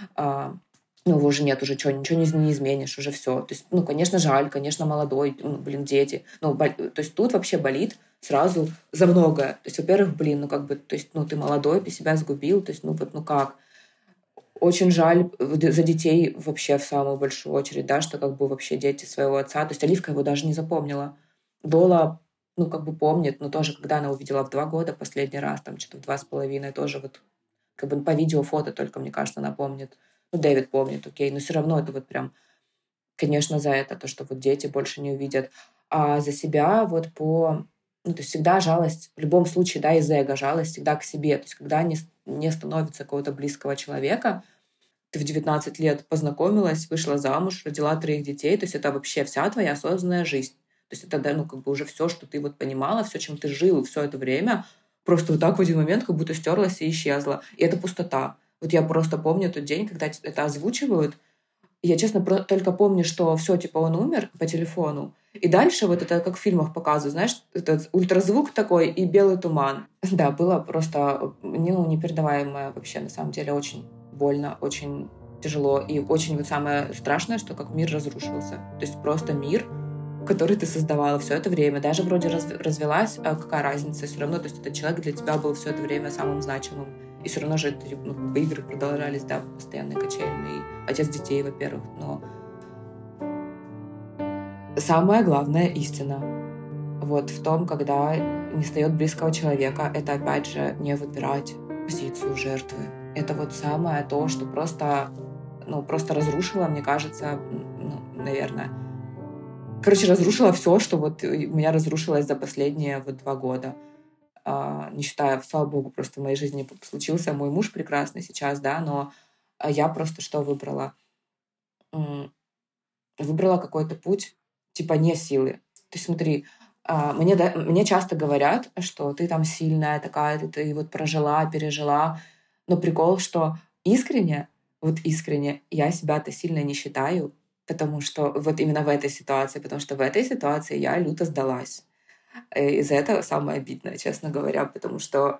Speaker 3: Его уже нет, уже ничего не изменишь, уже все. То есть, конечно, жаль, конечно, молодой, дети. То есть тут вообще болит сразу за многое. То есть, во-первых, ты молодой, ты себя сгубил, то есть, как? Очень жаль за детей вообще в самую большую очередь, да, что вообще дети своего отца. То есть Оливка его даже не запомнила. Дола помнит, но тоже, когда она увидела в 2 года последний раз, там что-то в 2,5, тоже по видео, фото только, мне кажется, она помнит. Дэвид помнит, окей, но все равно это прям, конечно, за это, то, что дети больше не увидят. А за себя то есть всегда жалость, в любом случае, да, из эго, жалость всегда к себе. То есть когда не становится какого-то близкого человека, ты в 19 лет познакомилась, вышла замуж, родила 3 детей, то есть это вообще вся твоя осознанная жизнь. То есть это, да, уже все, что ты понимала, все, чем ты жил все это время, просто так в один момент как будто стерлась и исчезла. И это пустота. Я просто помню тот день, когда это озвучивают, Я, честно, только помню, что все, типа, он умер по телефону. И дальше вот это, как в фильмах показывают, знаешь, этот ультразвук такой и белый туман. Да, было просто непередаваемое вообще, на самом деле, очень больно, очень тяжело. И очень вот самое страшное, что как мир разрушился. То есть просто мир, который ты создавала все это время. Даже вроде развелась, а какая разница? Все равно, то есть этот человек для тебя был все это время самым значимым. И все равно же игры продолжались, да, постоянные качельные. Отец детей, во-первых. Но самая главная истина вот в том, когда не встает близкого человека, это опять же не выбирать позицию жертвы. Это вот самое то, что просто разрушило, мне кажется, наверное. Короче, разрушило все, что вот у меня разрушилось за последние вот 2 года. Не считая, слава богу, просто в моей жизни случился мой муж прекрасный сейчас, да, но я просто что выбрала? Выбрала какой-то путь, типа не силы. То есть смотри, мне часто говорят, что ты там сильная такая, ты вот прожила, пережила. Но прикол, что искренне я себя-то сильно не считаю, потому что вот именно в этой ситуации, потому что в этой ситуации я люто сдалась. И за это самое обидное, честно говоря, потому что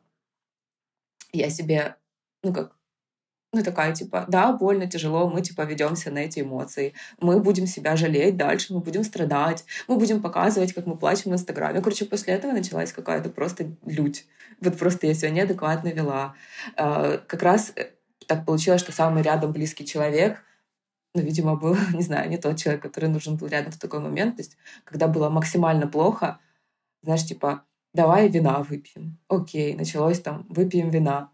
Speaker 3: я себе, такая, типа, да, больно, тяжело, мы, типа, ведемся на эти эмоции, мы будем себя жалеть дальше, мы будем страдать, мы будем показывать, как мы плачем в Инстаграме. Короче, после этого началась какая-то просто лють. Вот просто я себя неадекватно вела. Как раз так получилось, что самый рядом близкий человек, видимо, был, не знаю, не тот человек, который нужен был рядом в такой момент. То есть, когда было максимально плохо, знаешь, типа, давай вина выпьем. Окей, началось там, выпьем вина.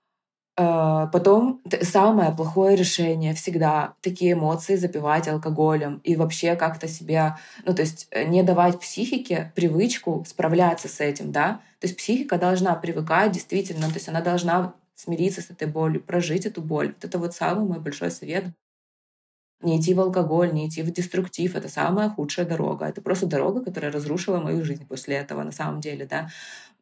Speaker 3: Потом самое плохое решение всегда такие эмоции запивать алкоголем и вообще как-то себя, то есть не давать психике привычку справляться с этим, да. То есть психика должна привыкать действительно, то есть она должна смириться с этой болью, прожить эту боль. Вот это вот самый мой большой совет. Не идти в алкоголь, не идти в деструктив. Это самая худшая дорога. Это просто дорога, которая разрушила мою жизнь после этого, на самом деле, да.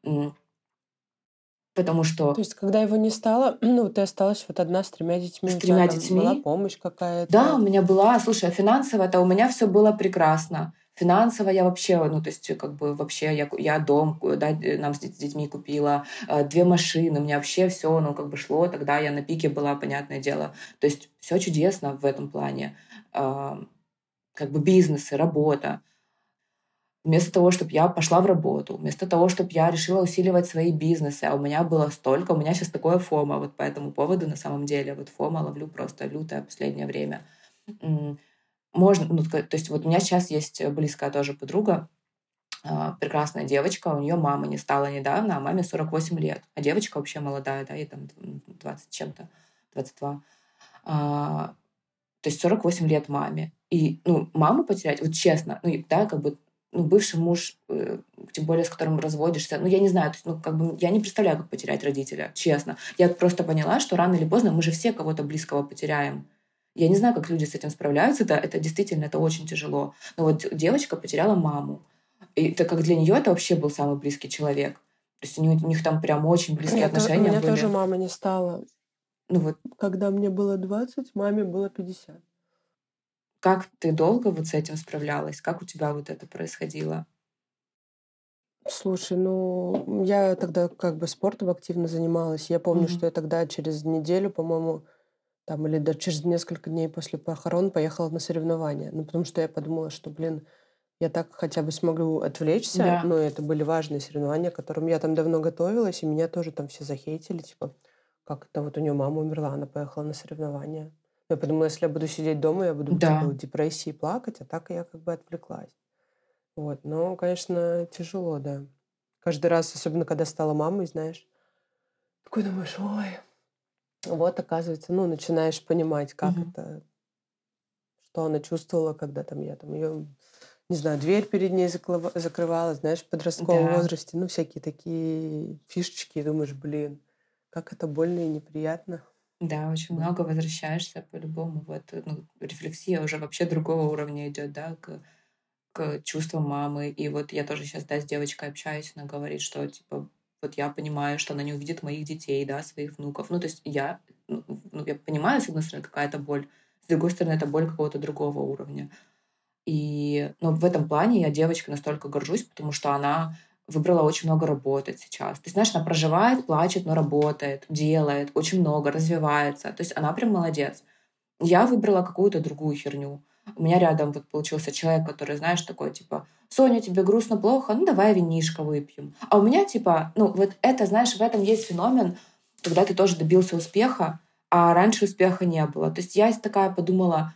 Speaker 3: Потому что...
Speaker 2: То есть, когда его не стало, ты осталась вот одна с 3 детьми.
Speaker 3: С 3 детьми.
Speaker 2: Была помощь какая-то?
Speaker 3: Да, у меня была. Слушай, финансово-то у меня все было прекрасно. Финансово я вообще, то есть как бы вообще я дом, да, нам с детьми купила, 2 машины, у меня вообще все, шло. Тогда я на пике была, понятное дело. То есть все чудесно в этом плане. Как бы бизнесы, работа. Вместо того, чтобы я пошла в работу, вместо того, чтобы я решила усиливать свои бизнесы, а у меня было столько, у меня сейчас такое фомо вот по этому поводу на самом деле. Вот фомо ловлю просто лютое последнее время. Можно, то есть вот у меня сейчас есть близкая тоже подруга, прекрасная девочка, у нее мама не стала недавно, а маме 48 лет. А девочка вообще молодая, да, ей там 20 чем-то, 22. То есть 48 лет маме. И, маму потерять, вот честно, бывший муж, тем более с которым разводишься, я не знаю, то есть, я не представляю, как потерять родителя, честно. Я просто поняла, что рано или поздно мы же все кого-то близкого потеряем. Я не знаю, как люди с этим справляются, это действительно, это очень тяжело. Но вот девочка потеряла маму. И так как для нее это вообще был самый близкий человек. То есть у них там прям очень близкие отношения были.
Speaker 2: У меня тоже мама не стала.
Speaker 3: Вот.
Speaker 2: Когда мне было 20, маме было 50.
Speaker 3: Как ты долго вот с этим справлялась? Как у тебя вот это происходило?
Speaker 2: Слушай, я тогда как бы спортом активно занималась. Я помню, что я тогда через неделю, по-моему, или даже через несколько дней после похорон поехала на соревнования. Потому что я подумала, что, я так хотя бы смогу отвлечься.
Speaker 3: Да.
Speaker 2: Но это были важные соревнования, к которым я там давно готовилась, и меня тоже там все захейтили, типа, как это вот у нее мама умерла, она поехала на соревнования. Я подумала, если я буду сидеть дома, я буду в депрессии плакать, а так я как бы отвлеклась. Вот. Но, конечно, тяжело, да. Каждый раз, особенно когда стала мамой, знаешь, такой думаешь, ой, вот, оказывается, начинаешь понимать, как это, что она чувствовала, когда я ее, не знаю, дверь перед ней закрывала, знаешь, в подростковом возрасте, всякие такие фишечки, и думаешь, как это больно и неприятно.
Speaker 3: Да, очень много возвращаешься по-любому. Вот, рефлексия уже вообще другого уровня идет, да, к чувствам мамы. И вот я тоже сейчас, с девочкой общаюсь, она говорит, что, типа, вот я понимаю, что она не увидит моих детей, да, своих внуков. То есть я понимаю, с одной стороны, какая-то боль, с с другой стороны, это боль какого-то другого уровня. Но в этом плане я девочкой настолько горжусь, потому что она выбрала очень много работать сейчас. То есть, знаешь, она проживает, плачет, но работает, делает очень много, развивается. То есть она прям молодец. Я выбрала какую-то другую херню. У меня рядом вот получился человек, который, знаешь, такой, типа, Соня, тебе грустно, плохо? Ну, давай винишко выпьем. А у меня, типа, вот это, знаешь, в этом есть феномен, когда ты тоже добился успеха, а раньше успеха не было. То есть я такая подумала,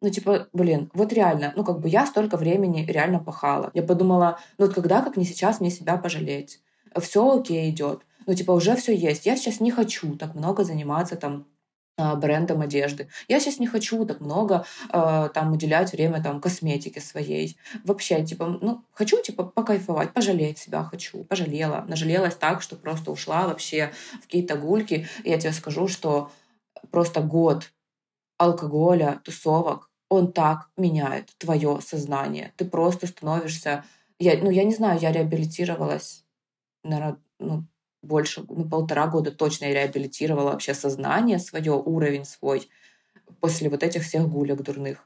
Speaker 3: вот реально, я столько времени реально пахала. Я подумала, вот когда, как не сейчас, мне себя пожалеть? Все окей идет. Уже все есть. Я сейчас не хочу так много заниматься там брендом одежды. Я сейчас не хочу так много там уделять время там косметике своей. Вообще, хочу покайфовать, пожалеть себя хочу. Пожалела. Нажалелась так, что просто ушла вообще в какие-то гульки. И я тебе скажу, что просто год алкоголя, тусовок, он так меняет твое сознание. Ты просто становишься... Я не знаю, я реабилитировалась, наверное, больше, 1,5 года точно я реабилитировала вообще сознание свое, уровень свой после вот этих всех гулек дурных.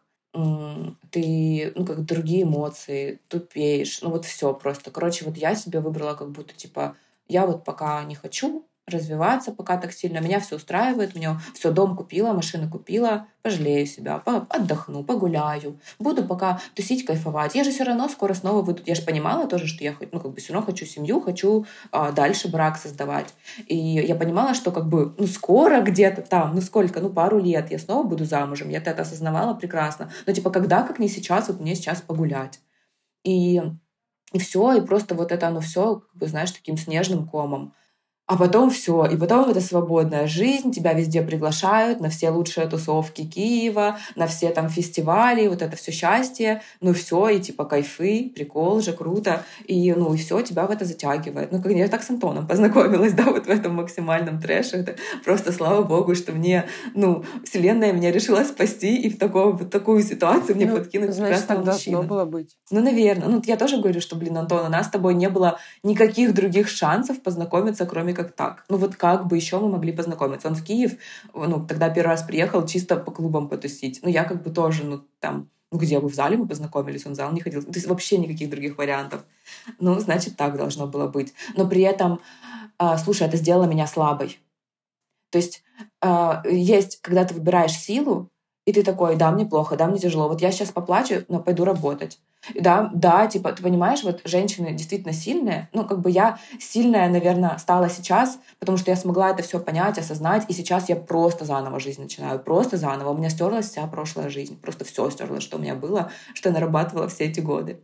Speaker 3: Ты, как другие эмоции, тупеешь, все просто. Короче, вот я себе выбрала как будто, я вот пока не хочу развиваться пока так сильно. Меня все устраивает, мне все, дом купила, машину купила, пожалею себя, отдохну, погуляю, буду пока тусить, кайфовать. Я же все равно скоро снова выйду. Я же понимала тоже, что я все равно хочу семью, хочу дальше брак создавать. И я понимала, что скоро где-то там, сколько, пару лет я снова буду замужем. Я это осознавала прекрасно. Но когда, как не сейчас, вот мне сейчас погулять. И все, и просто вот это оно все, знаешь, таким снежным комом. А потом все, и потом это свободная жизнь, тебя везде приглашают на все лучшие тусовки Киева, на все там фестивали, вот это все счастье, все, и кайфы, прикол же, круто, и все, тебя в это затягивает. Я так с Антоном познакомилась, да, вот в этом максимальном трэше, это просто слава богу, что мне, вселенная меня решила спасти, и в такую ситуацию мне подкинуть
Speaker 2: значит,
Speaker 3: прекрасного
Speaker 2: так
Speaker 3: мужчину.
Speaker 2: должно было быть.
Speaker 3: Наверное. Я тоже говорю, что, Антон, у нас с тобой не было никаких других шансов познакомиться, кроме как так. Как бы еще мы могли познакомиться? Он в Киев, тогда первый раз приехал чисто по клубам потусить. Я тоже, где бы в зале мы познакомились, он в зал не ходил. То есть вообще никаких других вариантов. Значит, так должно было быть. Но при этом, слушай, это сделало меня слабой. То есть есть, когда ты выбираешь силу, и ты такой, да, мне плохо, да, мне тяжело. Вот я сейчас поплачу, но пойду работать. Да, ты понимаешь, вот женщины действительно сильные. Я сильная, наверное, стала сейчас, потому что я смогла это все понять, осознать, и сейчас я просто заново жизнь начинаю. Просто заново. У меня стерлась вся прошлая жизнь. Просто все стерлось, что у меня было, что я нарабатывала все эти годы.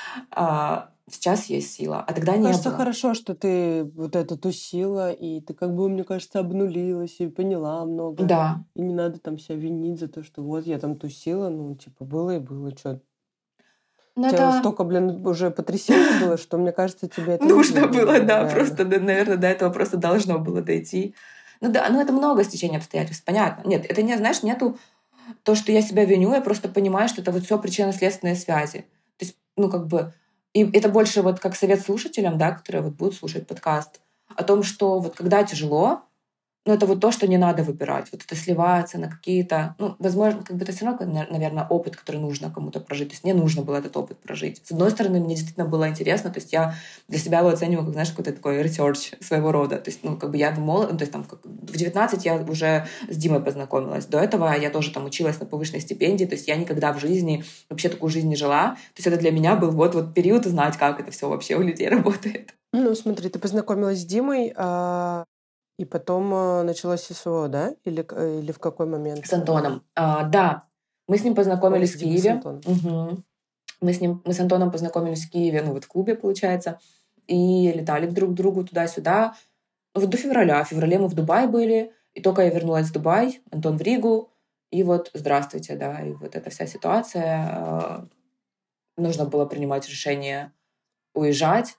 Speaker 3: Сейчас есть сила, а тогда не было.
Speaker 2: Кажется, хорошо, что ты вот это тусила, и ты мне кажется, обнулилась и поняла много.
Speaker 3: Да.
Speaker 2: И не надо там себя винить за то, что вот я там тусила, было и было, что. У тебя столько, уже потрясений было, что, мне кажется, тебе это
Speaker 3: нужно было, да, реально. Просто, наверное, до этого просто должно было дойти. Это много стечения обстоятельств, понятно. Нет, это не, знаешь, нету то, что я себя виню, я просто понимаю, что это вот все причинно-следственные связи. То есть, и это больше вот как совет слушателям, да, которые вот будут слушать подкаст, о том, что вот когда тяжело, это вот то, что не надо выбирать. Вот это сливаться на какие-то... возможно, это все равно, наверное, опыт, который нужно кому-то прожить. То есть мне нужно было этот опыт прожить. С одной стороны, мне действительно было интересно. То есть я для себя его оцениваю, как, знаешь, какой-то такой research своего рода. То есть, я в 19 я уже с Димой познакомилась. До этого я тоже там училась на повышенной стипендии. То есть я никогда в жизни вообще такую жизнь не жила. То есть это для меня был вот период узнать, как это все вообще у людей работает.
Speaker 2: Смотри, ты познакомилась с Димой, и потом началось СВО, да? Или в какой момент?
Speaker 3: С Антоном. Да. Мы с ним познакомились в Киеве. Угу. Мы с Антоном познакомились в Киеве, в клубе, получается. И летали друг к другу туда-сюда. До февраля. В феврале мы в Дубае были. И только я вернулась в Дубай, Антон в Ригу. И вот здравствуйте, да. И вот эта вся ситуация. Нужно было принимать решение уезжать.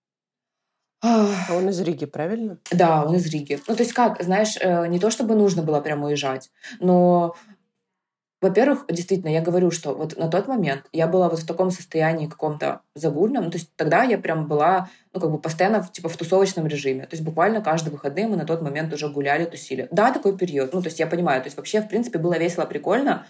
Speaker 2: А он из Риги, правильно?
Speaker 3: Да, он из Риги. То есть как, знаешь, не то чтобы нужно было прямо уезжать, но, во-первых, действительно, я говорю, что вот на тот момент я была вот в таком состоянии каком-то загульном, то есть тогда я прям была, постоянно в тусовочном режиме. То есть буквально каждые выходные мы на тот момент уже гуляли, тусили. Да, такой период. То есть я понимаю, то есть вообще, в принципе, было весело, прикольно,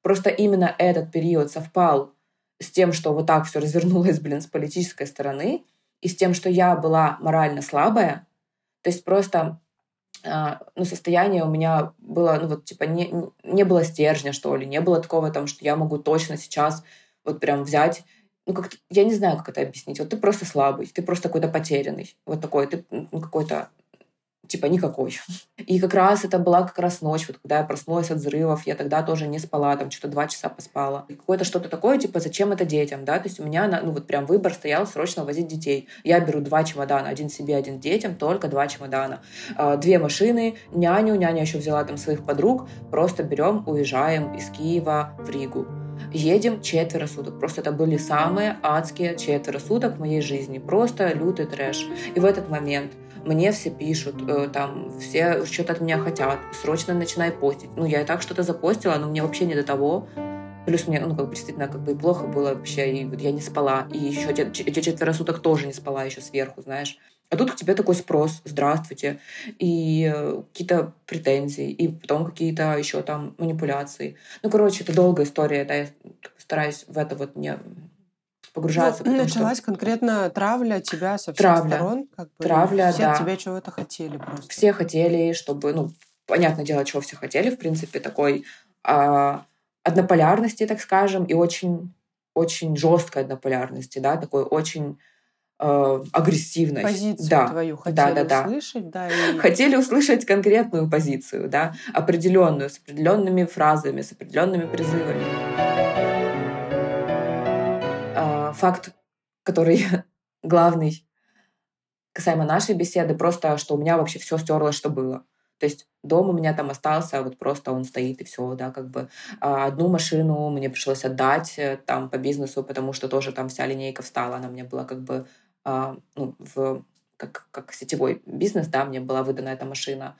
Speaker 3: Просто именно этот период совпал с тем, что вот так все развернулось, с политической стороны, и с тем, что я была морально слабая. То есть просто состояние у меня было, не было стержня, что ли, не было такого, что я могу точно сейчас вот прям взять, как-то, я не знаю, как это объяснить. Вот ты просто слабый, ты просто какой-то потерянный. Вот такой, ты какой-то никакой. И как раз это была ночь, вот когда я проснулась от взрывов, я тогда тоже не спала, что-то 2 часа поспала. И какое-то что-то такое, зачем это детям, да? То есть у меня, прям выбор стоял срочно возить детей. Я беру 2 чемодана, один себе, один детям, только 2 чемодана. 2 машины, няню, няня еще взяла там своих подруг, просто берем, уезжаем из Киева в Ригу. Едем 4 суток. Просто это были самые адские 4 суток в моей жизни. Просто лютый трэш. И в этот момент мне все пишут, все что-то от меня хотят, срочно начинай постить. Я и так что-то запостила, но мне вообще не до того. Плюс мне, действительно, и плохо было вообще, и я не спала. И еще эти 4 суток тоже не спала еще сверху, знаешь. А тут к тебе такой спрос, здравствуйте, и какие-то претензии, и потом какие-то еще там манипуляции. Это долгая история, да, я стараюсь в это не погружаться.
Speaker 2: Началась конкретно травля тебя со всех сторон.
Speaker 3: Травля,
Speaker 2: все от тебя чего-то хотели просто.
Speaker 3: Все хотели, чтобы, понятное дело, чего все хотели, в принципе, такой однополярности, так скажем, и очень, очень жесткой однополярности, да, такой очень агрессивной.
Speaker 2: Позицию твою хотели услышать, да. И...
Speaker 3: Хотели услышать конкретную позицию, да, определенную, с определенными фразами, с определенными призывами. Факт, который главный касаемо нашей беседы, просто, что у меня вообще все стерлось, что было. То есть дом у меня там остался, вот просто он стоит и все, да, одну машину мне пришлось отдать там по бизнесу, потому что тоже там вся линейка встала, она мне была как сетевой бизнес, да, мне была выдана эта машина.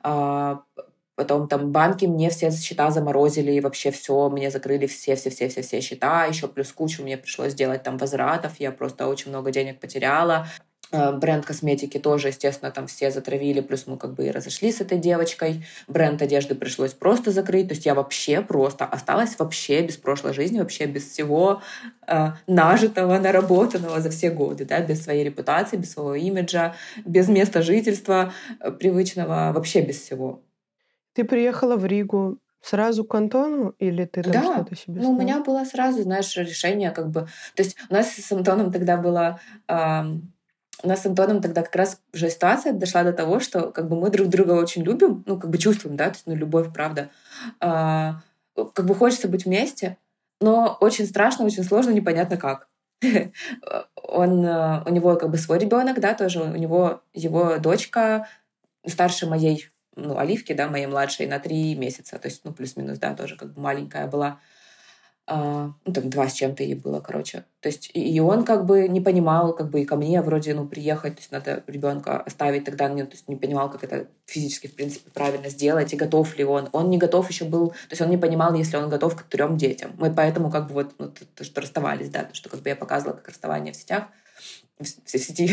Speaker 3: Потом там банки мне все счета заморозили, и вообще все, мне закрыли все счета, еще плюс кучу мне пришлось делать там возвратов, я просто очень много денег потеряла. Бренд косметики тоже, естественно, там все затравили, плюс мы и разошлись с этой девочкой. Бренд одежды пришлось просто закрыть, то есть я вообще просто осталась вообще без прошлой жизни, вообще без всего нажитого, наработанного за все годы, да, без своей репутации, без своего имиджа, без места жительства привычного, вообще без всего.
Speaker 2: Ты приехала в Ригу сразу к Антону или ты там что-то себе
Speaker 3: у меня было сразу, знаешь, решение То есть у нас с Антоном тогда было... У нас с Антоном тогда как раз уже ситуация дошла до того, что мы друг друга очень любим, чувствуем, да, то есть, любовь, правда. Хочется быть вместе, но очень страшно, очень сложно, непонятно как. У него свой ребенок, да, тоже у него его дочка старше моей, Оливки, да, моей младшей, на 3 месяца, то есть, плюс-минус, да, тоже маленькая была. 2 с чем-то ей было, короче. То есть и он не понимал, и ко мне вроде, приехать, то есть надо ребенка оставить, тогда то есть не понимал, как это физически, в принципе, правильно сделать, и готов ли он. Он не готов еще был, то есть он не понимал, если он готов к 3 детям. Мы поэтому то, что расставались, да, то, что я показывала, как расставание в сетях, в сети,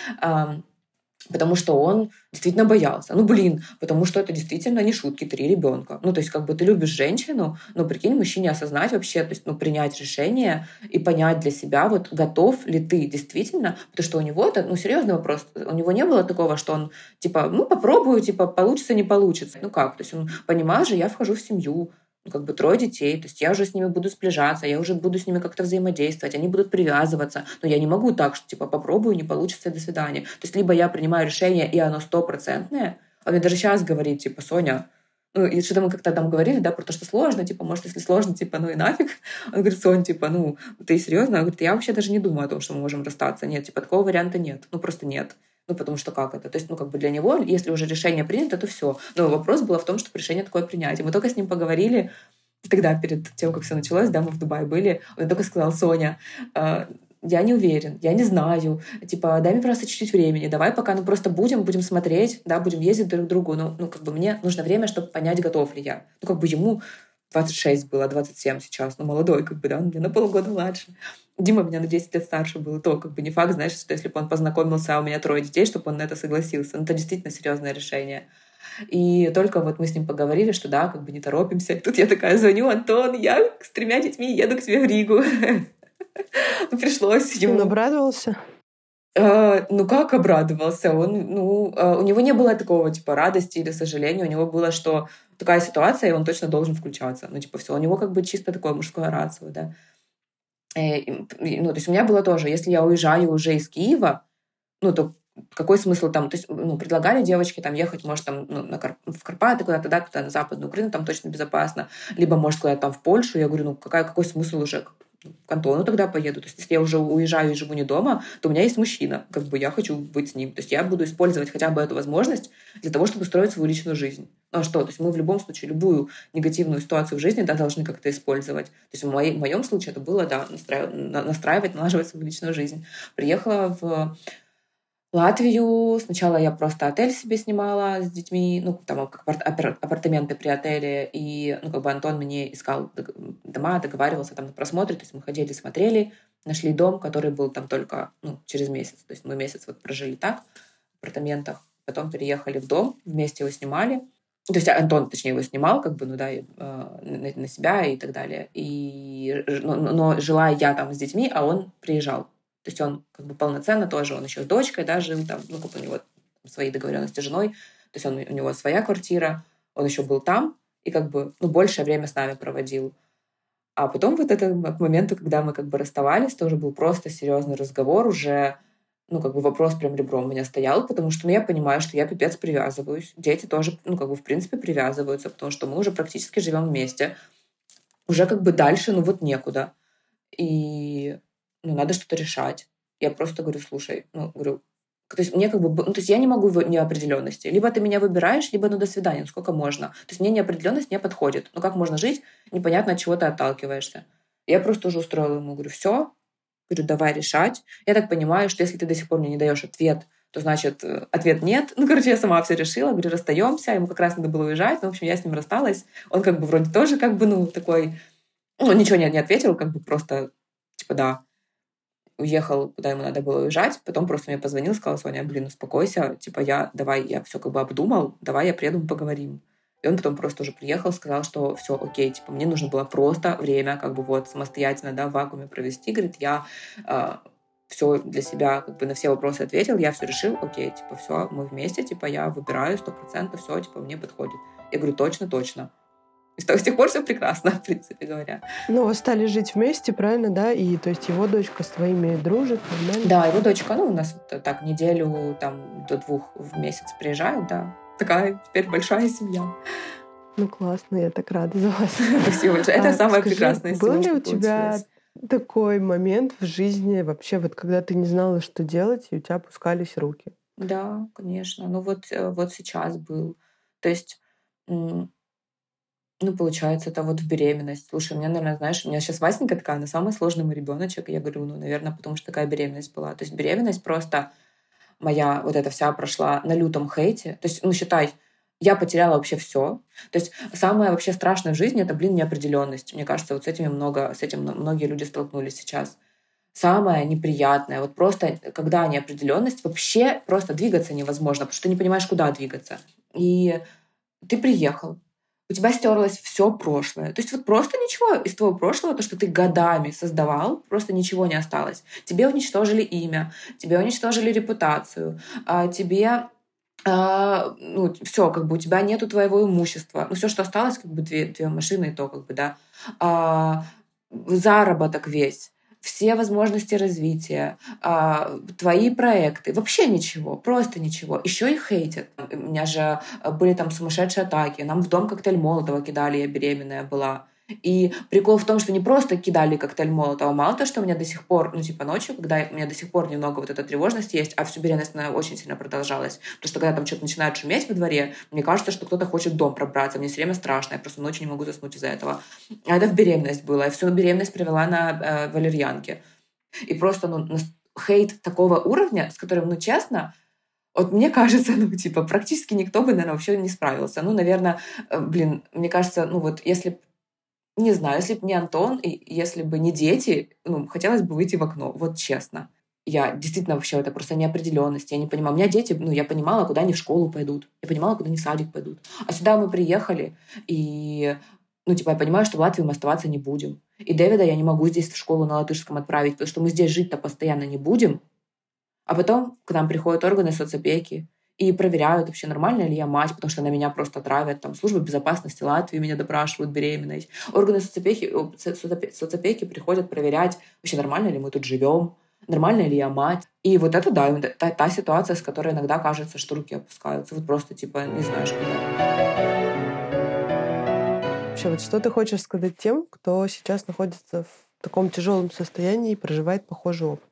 Speaker 3: потому что он действительно боялся. Потому что это действительно не шутки, 3 ребенка. То есть ты любишь женщину, но прикинь, мужчине осознать вообще, то есть принять решение и понять для себя, готов ли ты действительно, потому что у него это, серьезный вопрос. У него не было такого, что он попробую, получится, не получится. То есть он понимает же, я вхожу в семью, 3 детей, то есть я уже с ними буду сближаться, я уже буду с ними как-то взаимодействовать, они будут привязываться, но я не могу так, что попробую, не получится, до свидания. То есть либо я принимаю решение, и оно 100%, а мне даже сейчас говорит, Соня, и что-то мы как-то там говорили, да, про то, что сложно, может, если сложно, и нафиг. Он говорит, Сонь, ты серьезно? Он говорит, я вообще даже не думаю о том, что мы можем расстаться. Нет, такого варианта нет. Просто нет. Потому что как это? То есть, для него, если уже решение принято, то все. Но вопрос был в том, чтобы решение такое принять. И мы только с ним поговорили тогда, перед тем, как все началось, да, мы в Дубае были, он только сказал, Соня, я не уверен, я не знаю, дай мне просто чуть-чуть времени, давай пока, просто будем смотреть, да, будем ездить друг к другу, мне нужно время, чтобы понять, готов ли я. Ему 26 было, 27 сейчас, молодой, да, он мне на полгода младше. Дима меня на 10 лет старше был, то не факт, знаешь, что если бы он познакомился, а у меня 3 детей, чтобы он на это согласился. Это действительно серьезное решение. И только вот мы с ним поговорили, что да, как бы не торопимся. И тут я такая звоню: Антон, я с 3 детьми еду к тебе в Ригу. Пришлось ему...
Speaker 2: Он обрадовался?
Speaker 3: Ну, как обрадовался? У него не было такого, типа, радости или сожаления. У него было, что такая ситуация, и он точно должен включаться. Ну, типа, все. У него как бы чисто такое мужское рацио, да. Ну, то есть у меня было тоже, если я уезжаю уже из Киева, ну, то какой смысл там? То есть, ну, предлагали девочки там ехать, может, там в Карпаты куда-то, да, туда на Западную Украину, там точно безопасно. Либо, может, куда-то там в Польшу. Я говорю, ну, какой смысл уже? К Антону тогда поеду. То есть, если я уже уезжаю и живу не дома, то у меня есть мужчина. Как бы я хочу быть с ним. То есть, я буду использовать хотя бы эту возможность для того, чтобы строить свою личную жизнь. Ну, а что? То есть, мы в любом случае любую негативную ситуацию в жизни, да, должны как-то использовать. То есть, в моем случае это было, да, настраивать, налаживать свою личную жизнь. Приехала в Латвию. Сначала я просто отель себе снимала с детьми, ну, там как апартаменты при отеле, и, ну, как бы Антон мне искал дома, договаривался там на просмотре, то есть мы ходили, смотрели, нашли дом, который был там только, ну, через месяц, то есть мы месяц вот прожили так, в апартаментах, потом переехали в дом, вместе его снимали, то есть Антон, точнее, его снимал, как бы, ну да, на себя и так далее, но жила я там с детьми, а он приезжал. То есть он как бы полноценно тоже, он еще с дочкой, да, жил там, ну, как у него свои договоренности с женой, то есть у него своя квартира, он еще был там и как бы, ну, большее время с нами проводил. А потом вот это к моменту, когда мы как бы расставались, тоже был просто серьезный разговор уже, ну, как бы вопрос прям ребром у меня стоял, потому что, ну, я понимаю, что я пипец привязываюсь. Дети тоже, ну, как бы, в принципе, привязываются, потому что мы уже практически живем вместе. Уже как бы дальше, ну, вот некуда. И ну, надо что-то решать. Я просто говорю, слушай, ну, говорю, то есть мне как бы, ну, то есть я не могу в неопределенности. Либо ты меня выбираешь, либо ну до свидания, ну сколько можно. То есть мне неопределенность не подходит. Ну как можно жить, непонятно, от чего ты отталкиваешься. Я просто уже устроила ему, говорю, все, говорю, давай решать. Я так понимаю, что если ты до сих пор мне не даешь ответ, то значит ответ нет. Ну, короче, я сама все решила, говорю, расстаемся, ему как раз надо было уезжать, ну, в общем, я с ним рассталась. Он как бы вроде тоже как бы, ну, такой, ну, ничего не ответил, как бы просто, типа, да. Уехал, куда ему надо было уезжать, потом просто мне позвонил, сказал: Соня, блин, успокойся, типа, давай, я все как бы обдумал, давай я приеду, мы поговорим. И он потом просто уже приехал, сказал, что все окей, типа, мне нужно было просто время как бы вот самостоятельно, да, в вакууме провести, говорит, я все для себя, как бы на все вопросы ответил, я все решил, окей, типа, все, мы вместе, типа, я выбираю 100%, все, типа, мне подходит. Я говорю, точно. И с тех пор все прекрасно, в принципе говоря.
Speaker 2: Ну, вы стали жить вместе, правильно, да? И то есть его дочка с твоими дружит, нормально?
Speaker 3: Да, его дочка, ну, у нас так неделю, там, до 2 в месяц приезжает, да. Такая теперь большая семья.
Speaker 2: Ну, классно, я так рада за вас.
Speaker 3: Спасибо большое. Это самое
Speaker 2: скажи,
Speaker 3: прекрасное из
Speaker 2: был
Speaker 3: всего,
Speaker 2: ли
Speaker 3: что
Speaker 2: у тебя
Speaker 3: получилось.
Speaker 2: такой момент в жизни, вообще, вот когда ты не знала, что делать, и у тебя опускались руки?
Speaker 3: Да, конечно. Ну, вот сейчас был. То есть, ну, получается, это вот в беременность. Слушай, у меня, наверное, знаешь, у меня сейчас Васенька такая, она самый сложный мой ребеночек. Я говорю, ну, наверное, потому что такая беременность была. То есть беременность просто моя вот эта вся прошла на лютом хейте. То есть, ну, считай, я потеряла вообще все. То есть самое вообще страшное в жизни — это, блин, неопределенность. Мне кажется, вот с этим многие люди столкнулись сейчас. Самое неприятное, вот просто когда неопределенность, вообще просто двигаться невозможно, потому что ты не понимаешь, куда двигаться. И ты приехал, у тебя стерлось все прошлое. То есть вот просто ничего из твоего прошлого, то, что ты годами создавал, просто ничего не осталось. Тебе уничтожили имя, тебе уничтожили репутацию, тебе ну, все, как бы у тебя нету твоего имущества. Ну, все, что осталось, как бы две машины, и то, как бы, да. Заработок весь, все возможности развития, твои проекты, вообще ничего, просто ничего. Еще и хейтят. У меня же были там сумасшедшие атаки, нам в дом коктейль Молотова кидали, я беременная была. И прикол в том, что не просто кидали коктейль Молотова, мало того, что у меня до сих пор, ну, типа ночью, когда у меня до сих пор немного вот эта тревожность есть, а всю беременность она очень сильно продолжалась. Потому что когда там что-то начинает шуметь во дворе, мне кажется, что кто-то хочет в дом пробраться. Мне все время страшно, я просто ночью не могу заснуть из-за этого. А это в беременность было. Я всю беременность провела на валерьянке. И просто, ну, хейт такого уровня, с которым, ну, честно, вот мне кажется, ну, типа, практически никто бы, наверное, вообще не справился. Ну, наверное, мне кажется, ну, вот если не знаю, если бы не Антон, и если бы не дети, ну, хотелось бы выйти в окно, вот честно. Я действительно вообще это просто неопределенность. Я не понимаю. У меня дети, я понимала, куда они в школу пойдут. Я понимала, куда они в садик пойдут. А сюда мы приехали, и, я понимаю, что в Латвии мы оставаться не будем. И Дэвида я не могу здесь в школу на латышском отправить, потому что мы здесь жить-то постоянно не будем. А потом к нам приходят органы соцопеки и проверяют вообще, нормальная ли я мать, потому что на меня просто травят. Там служба безопасности Латвии меня допрашивают, беременность. Органы соцопеки приходят проверять, вообще нормально ли мы тут живем, нормальная ли я мать. И вот это, да, та ситуация, с которой иногда кажется, что руки опускаются. Вот просто, не знаешь, куда.
Speaker 2: Вообще, вот что ты хочешь сказать тем, кто сейчас находится в таком тяжелом состоянии и проживает похожий опыт?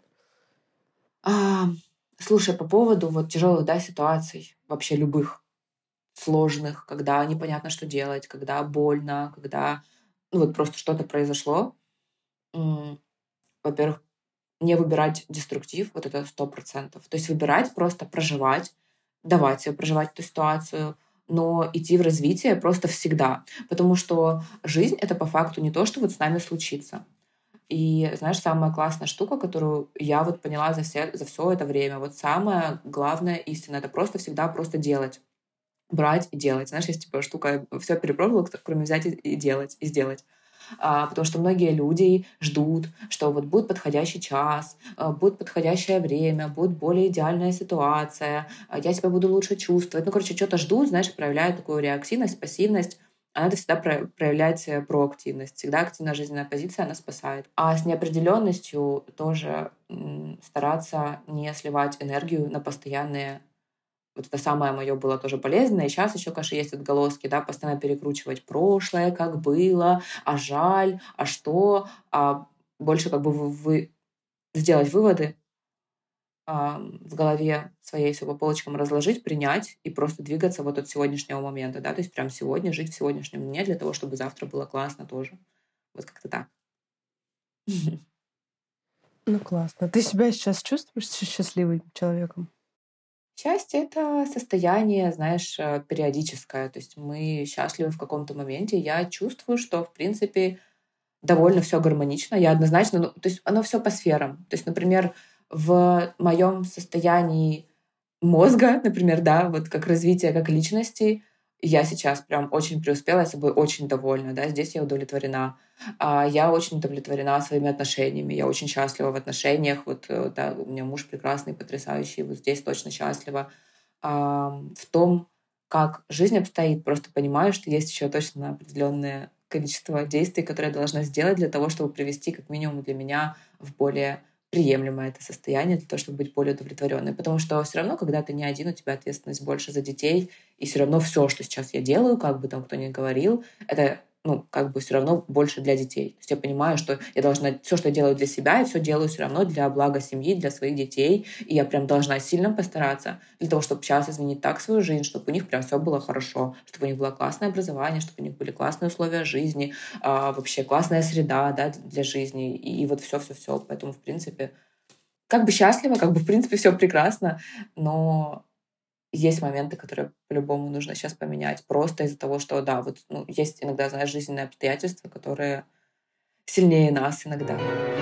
Speaker 3: Слушай, по поводу тяжелых, ситуаций, вообще любых, сложных, когда непонятно, что делать, когда больно, когда просто что-то произошло. Во-первых, не выбирать деструктив, вот это 100%. То есть выбирать просто проживать, давать себе проживать эту ситуацию, но идти в развитие просто всегда. Потому что жизнь — это по факту не то, что с нами случится. И знаешь, самая классная штука, которую я поняла за все это время, самая главная истина — это просто всегда просто делать. Брать и делать. Знаешь, есть штука, все перепробовала, кроме взять и делать, и сделать. Потому что многие люди ждут, что будет подходящий час, будет подходящее время, будет более идеальная ситуация, я себя буду лучше чувствовать. Что-то ждут, знаешь, проявляют такую реактивность, пассивность. А надо всегда проявлять проактивность. Всегда активная жизненная позиция, она спасает. А с неопределенностью тоже стараться не сливать энергию на постоянные. Вот это самое мое было тоже полезное. И сейчас еще, конечно, есть отголоски, постоянно перекручивать прошлое, как было, а жаль, а что, а больше сделать выводы, в голове своей все по полочкам разложить, принять и просто двигаться от сегодняшнего момента, то есть прям сегодня жить в сегодняшнем дне для того, чтобы завтра было классно тоже. Вот как-то так.
Speaker 2: Классно. Ты себя сейчас чувствуешь счастливым человеком?
Speaker 3: Счастье — это состояние, знаешь, периодическое. То есть мы счастливы в каком-то моменте. Я чувствую, что, в принципе, довольно все гармонично. Я однозначно, то есть оно все по сферам. То есть, например, в моем состоянии мозга, например, как развитие как личности, я сейчас прям очень преуспела, я собой очень довольна, здесь я удовлетворена. Я очень удовлетворена своими отношениями, я очень счастлива в отношениях, у меня муж прекрасный, потрясающий, здесь точно счастлива. В том, как жизнь обстоит, просто понимаю, что есть еще точно определенное количество действий, которые я должна сделать для того, чтобы привести как минимум для меня в более приемлемое это состояние, для того, чтобы быть более удовлетворенной. Потому что все равно, когда ты не один, у тебя ответственность больше за детей, и все равно все, что сейчас я делаю, как бы там кто ни говорил, это все равно больше для детей. То есть я понимаю, что я должна все, что я делаю для себя, я все делаю все равно для блага семьи, для своих детей, и я прям должна сильно постараться для того, чтобы сейчас изменить так свою жизнь, чтобы у них прям все было хорошо, чтобы у них было классное образование, чтобы у них были классные условия жизни, вообще классная среда, для жизни, и все. Поэтому, в принципе, как бы счастлива, в принципе, все прекрасно, но есть моменты, которые по-любому нужно сейчас поменять. Просто из-за того, что, есть иногда, знаешь, жизненные обстоятельства, которые сильнее нас иногда.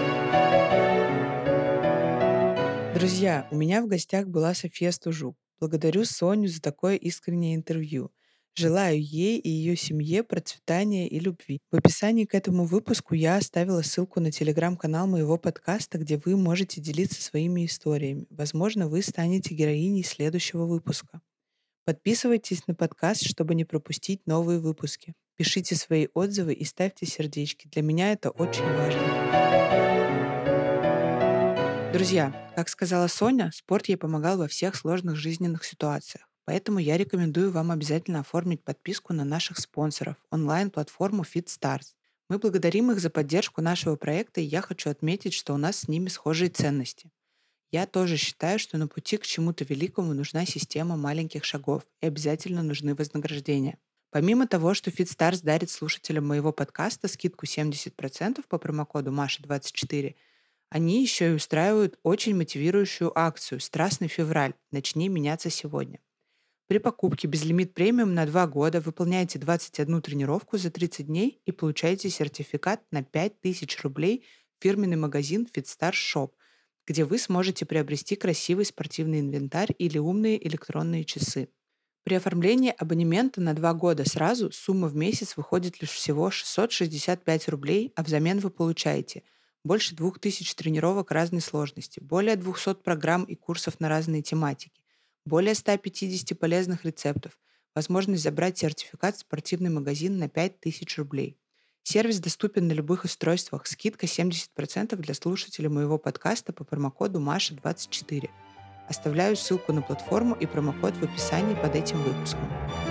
Speaker 4: Друзья, у меня в гостях была София Стужук. Благодарю Соню за такое искреннее интервью. Желаю ей и ее семье процветания и любви. В описании к этому выпуску я оставила ссылку на телеграм-канал моего подкаста, где вы можете делиться своими историями. Возможно, вы станете героиней следующего выпуска. Подписывайтесь на подкаст, чтобы не пропустить новые выпуски. Пишите свои отзывы и ставьте сердечки. Для меня это очень важно. Друзья, как сказала Соня, спорт ей помогал во всех сложных жизненных ситуациях. Поэтому я рекомендую вам обязательно оформить подписку на наших спонсоров, онлайн-платформу FitStars. Мы благодарим их за поддержку нашего проекта, и я хочу отметить, что у нас с ними схожие ценности. Я тоже считаю, что на пути к чему-то великому нужна система маленьких шагов, и обязательно нужны вознаграждения. Помимо того, что FitStars дарит слушателям моего подкаста скидку 70% по промокоду Маша24, они еще и устраивают очень мотивирующую акцию «Страстный февраль. Начни меняться сегодня». При покупке безлимит премиум на 2 года выполняете 21 тренировку за 30 дней и получаете сертификат на 5000 рублей в фирменный магазин FitStars Shop, где вы сможете приобрести красивый спортивный инвентарь или умные электронные часы. При оформлении абонемента на 2 года сразу сумма в месяц выходит лишь всего 665 рублей, а взамен вы получаете больше 2000 тренировок разной сложности, более 200 программ и курсов на разные тематики, более 150 полезных рецептов, возможность забрать сертификат в спортивный магазин на 5000 рублей. Сервис доступен на любых устройствах, скидка 70% для слушателей моего подкаста по промокоду Маша24. Оставляю ссылку на платформу и промокод в описании под этим выпуском.